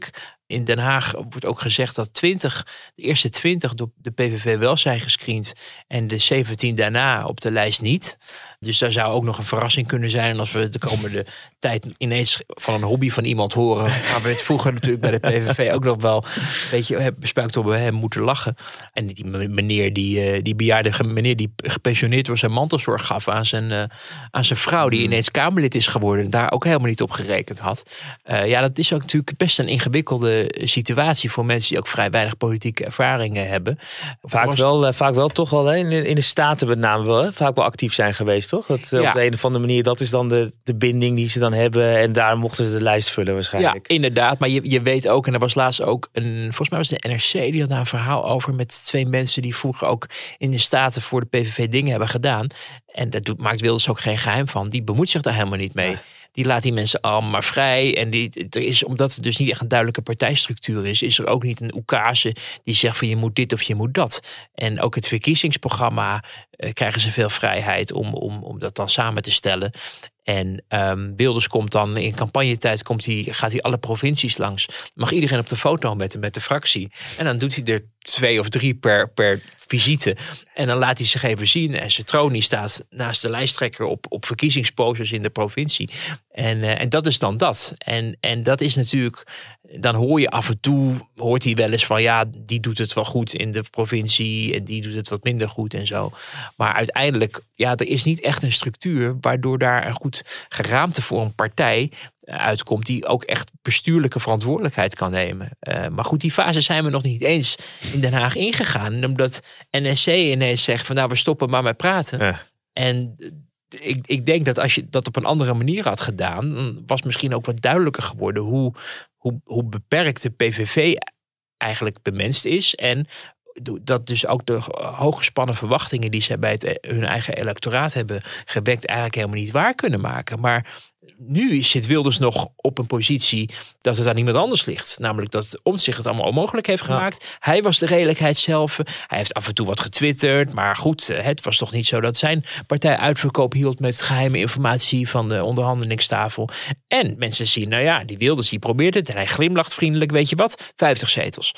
in Den Haag wordt ook gezegd dat twintig, de eerste twintig door de P V V wel zijn gescreend en de zeventien daarna op de lijst niet. Dus daar zou ook nog een verrassing kunnen zijn als we de komende tijd ineens van een hobby van iemand horen. Maar we het vroeger natuurlijk bij de P V V ook nog wel een beetje bespuikt op hem moeten lachen. En die meneer, die, die bejaarde meneer die gepensioneerd was zijn mantelzorg gaf aan zijn, uh, aan zijn vrouw die ineens Kamerlid is geworden en daar ook helemaal niet op gerekend had. Uh, ja, dat is ook natuurlijk best een ingewikkelde situatie voor mensen die ook vrij weinig politieke ervaringen hebben. Vaak was... wel, uh, vaak wel toch wel hè? In, in de Staten met name wel, hè? Vaak wel actief zijn geweest, toch? Dat, uh, ja. Op de een of andere manier, dat is dan de, de binding die ze dan hebben en daar mochten ze de lijst vullen waarschijnlijk. Ja, inderdaad. Maar je, je weet ook, en er was laatst ook een, volgens mij was het de N R C, die had daar een verhaal over met twee mensen die vroeger ook in de Staten voor de P V V dingen hebben gedaan. En dat doet, maakt Wilders ook geen geheim van. Die bemoeit zich daar helemaal niet mee. Ja. Die laat die mensen allemaal maar vrij. En die, er is, omdat er dus niet echt een duidelijke partijstructuur is, is er ook niet een oekase die zegt van je moet dit of je moet dat. En ook het verkiezingsprogramma uh, krijgen ze veel vrijheid om, om, om dat dan samen te stellen. En um, Wilders komt dan in campagnetijd, komt hij, gaat hij alle provincies langs. Mag iedereen op de foto met, met de fractie. En dan doet hij er twee of drie per, per visite. En dan laat hij zich even zien. En Cetroni staat naast de lijsttrekker op, op verkiezingsposters in de provincie. En, uh, en dat is dan dat. En, en dat is natuurlijk, dan hoor je af en toe, hoort hij wel eens van ja, die doet het wel goed in de provincie en die doet het wat minder goed en zo. Maar uiteindelijk, ja, er is niet echt een structuur waardoor daar een goed geraamte voor een partij uitkomt die ook echt bestuurlijke verantwoordelijkheid kan nemen. Uh, maar goed, die fase zijn we nog niet eens in Den Haag ingegaan. En omdat N S C ineens zegt van nou, we stoppen maar met praten. Ja. En ik, ik denk dat als je dat op een andere manier had gedaan, dan was misschien ook wat duidelijker geworden hoe, hoe, hoe beperkt de P V V eigenlijk bemenst is. En dat dus ook de hooggespannen verwachtingen die ze bij het, hun eigen electoraat hebben gewekt eigenlijk helemaal niet waar kunnen maken. Maar nu zit Wilders nog op een positie dat het aan iemand anders ligt. Namelijk dat Omtzigt het allemaal onmogelijk heeft gemaakt. Ja. Hij was de redelijkheid zelf. Hij heeft af en toe wat getwitterd. Maar goed, het was toch niet zo dat zijn partij uitverkoop hield met geheime informatie van de onderhandelingstafel. En mensen zien, nou ja, die Wilders die probeert het en hij glimlacht vriendelijk, weet je wat, vijftig zetels.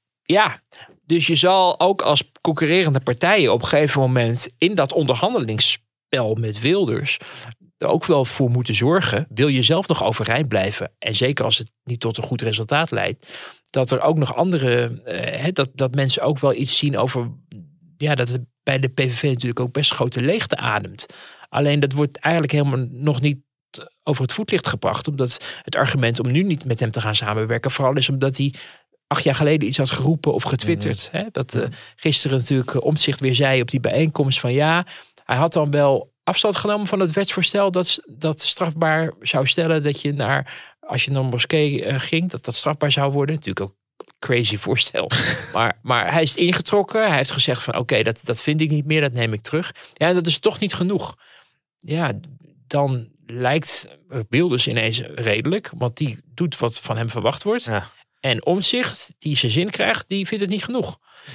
Ja, dus je zal ook als concurrerende partijen op een gegeven moment in dat onderhandelingsspel met Wilders er ook wel voor moeten zorgen, wil je zelf nog overeind blijven, en zeker als het niet tot een goed resultaat leidt, dat er ook nog andere, eh, dat, dat mensen ook wel iets zien over, ja, dat het bij de P V V natuurlijk ook best grote leegte ademt. Alleen dat wordt eigenlijk helemaal nog niet over het voetlicht gebracht, omdat het argument om nu niet met hem te gaan samenwerken vooral is omdat hij acht jaar geleden iets had geroepen of getwitterd. Mm-hmm. Hè? Dat uh, gisteren natuurlijk uh, Omtzigt weer zei op die bijeenkomst van ja, hij had dan wel afstand genomen van het wetsvoorstel dat, dat strafbaar zou stellen dat je naar, als je naar een moskee uh, ging, dat dat strafbaar zou worden. Natuurlijk ook crazy voorstel. maar, maar hij is ingetrokken. Hij heeft gezegd van oké, okay, dat, dat vind ik niet meer, dat neem ik terug. Ja, en dat is toch niet genoeg. Ja, dan lijkt Wilders ineens redelijk, want die doet wat van hem verwacht wordt. Ja. En Omtzigt, die zijn zin krijgt, die vindt het niet genoeg.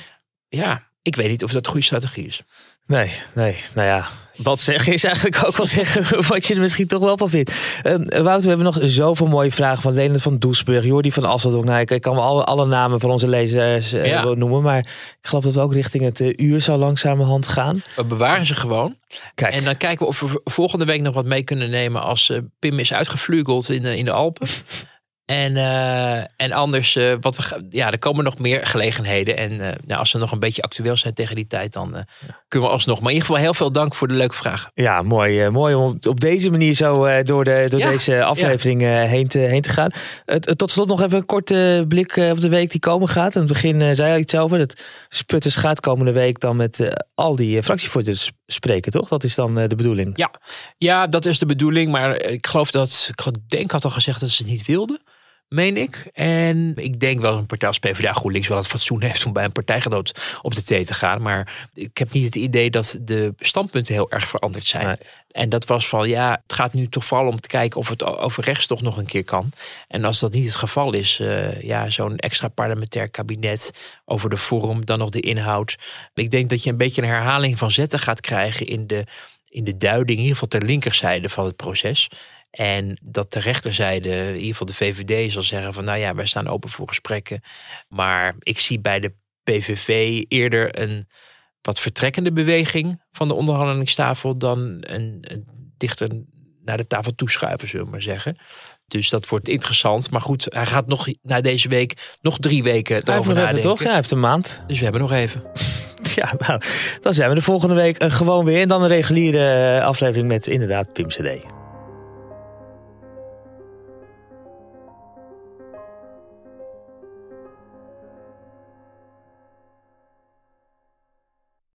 Ja, ik weet niet of dat een goede strategie is. Nee, nee, nou ja. Wat zeggen is eigenlijk ook wel zeggen wat je er misschien toch wel van vindt. Uh, Wouter, we hebben nog zoveel mooie vragen van Leonard van Doesburg, Jordi van Asseldonk. Nou, ik, ik kan wel alle, alle namen van onze lezers uh, ja. noemen, maar ik geloof dat we ook richting het uh, uur zo langzamerhand gaan. We bewaren ze gewoon. Kijk. En dan kijken we of we volgende week nog wat mee kunnen nemen als uh, Pim is uitgevleugeld in, uh, in de Alpen. En, uh, en anders, uh, wat we, ja, er komen nog meer gelegenheden. En uh, nou, als ze nog een beetje actueel zijn tegen die tijd, dan uh, kunnen we alsnog. Maar in ieder geval heel veel dank voor de leuke vragen. Ja, mooi, uh, mooi om op deze manier zo uh, door, de, door ja, deze aflevering uh, heen, te, heen te gaan. Uh, tot slot nog even een korte blik uh, op de week die komen gaat. Aan het begin uh, zei je iets over. Dat Sputters gaat komende week dan met uh, al die uh, fractievoorzitters spreken, toch? Dat is dan uh, de bedoeling. Ja. ja, dat is de bedoeling. Maar ik geloof dat, ik denk had al gezegd dat ze het niet wilden. Meen ik. En ik denk wel dat een partij als P v d A GroenLinks wel het fatsoen heeft om bij een partijgenoot op de thee te gaan. Maar ik heb niet het idee dat de standpunten heel erg veranderd zijn. Nee. En dat was van ja, het gaat nu toch vooral om te kijken of het over rechts toch nog een keer kan. En als dat niet het geval is, uh, ja, zo'n extra parlementair kabinet over de vorm, dan nog de inhoud. Ik denk dat je een beetje een herhaling van zetten gaat krijgen in de, in de duiding, in ieder geval ter linkerzijde van het proces. En dat de rechterzijde, in ieder geval de V V D, zal zeggen van nou ja, wij staan open voor gesprekken. Maar ik zie bij de P V V eerder een wat vertrekkende beweging van de onderhandelingstafel dan een, een dichter naar de tafel toeschuiven, zullen we maar zeggen. Dus dat wordt interessant. Maar goed, hij gaat nog na deze week nog drie weken hij erover nadenken. Even, toch? Ja, hij heeft een maand. Dus we hebben nog even. Ja, nou, dan zijn we de volgende week uh, gewoon weer. En dan een reguliere uh, aflevering met inderdaad Pim C D.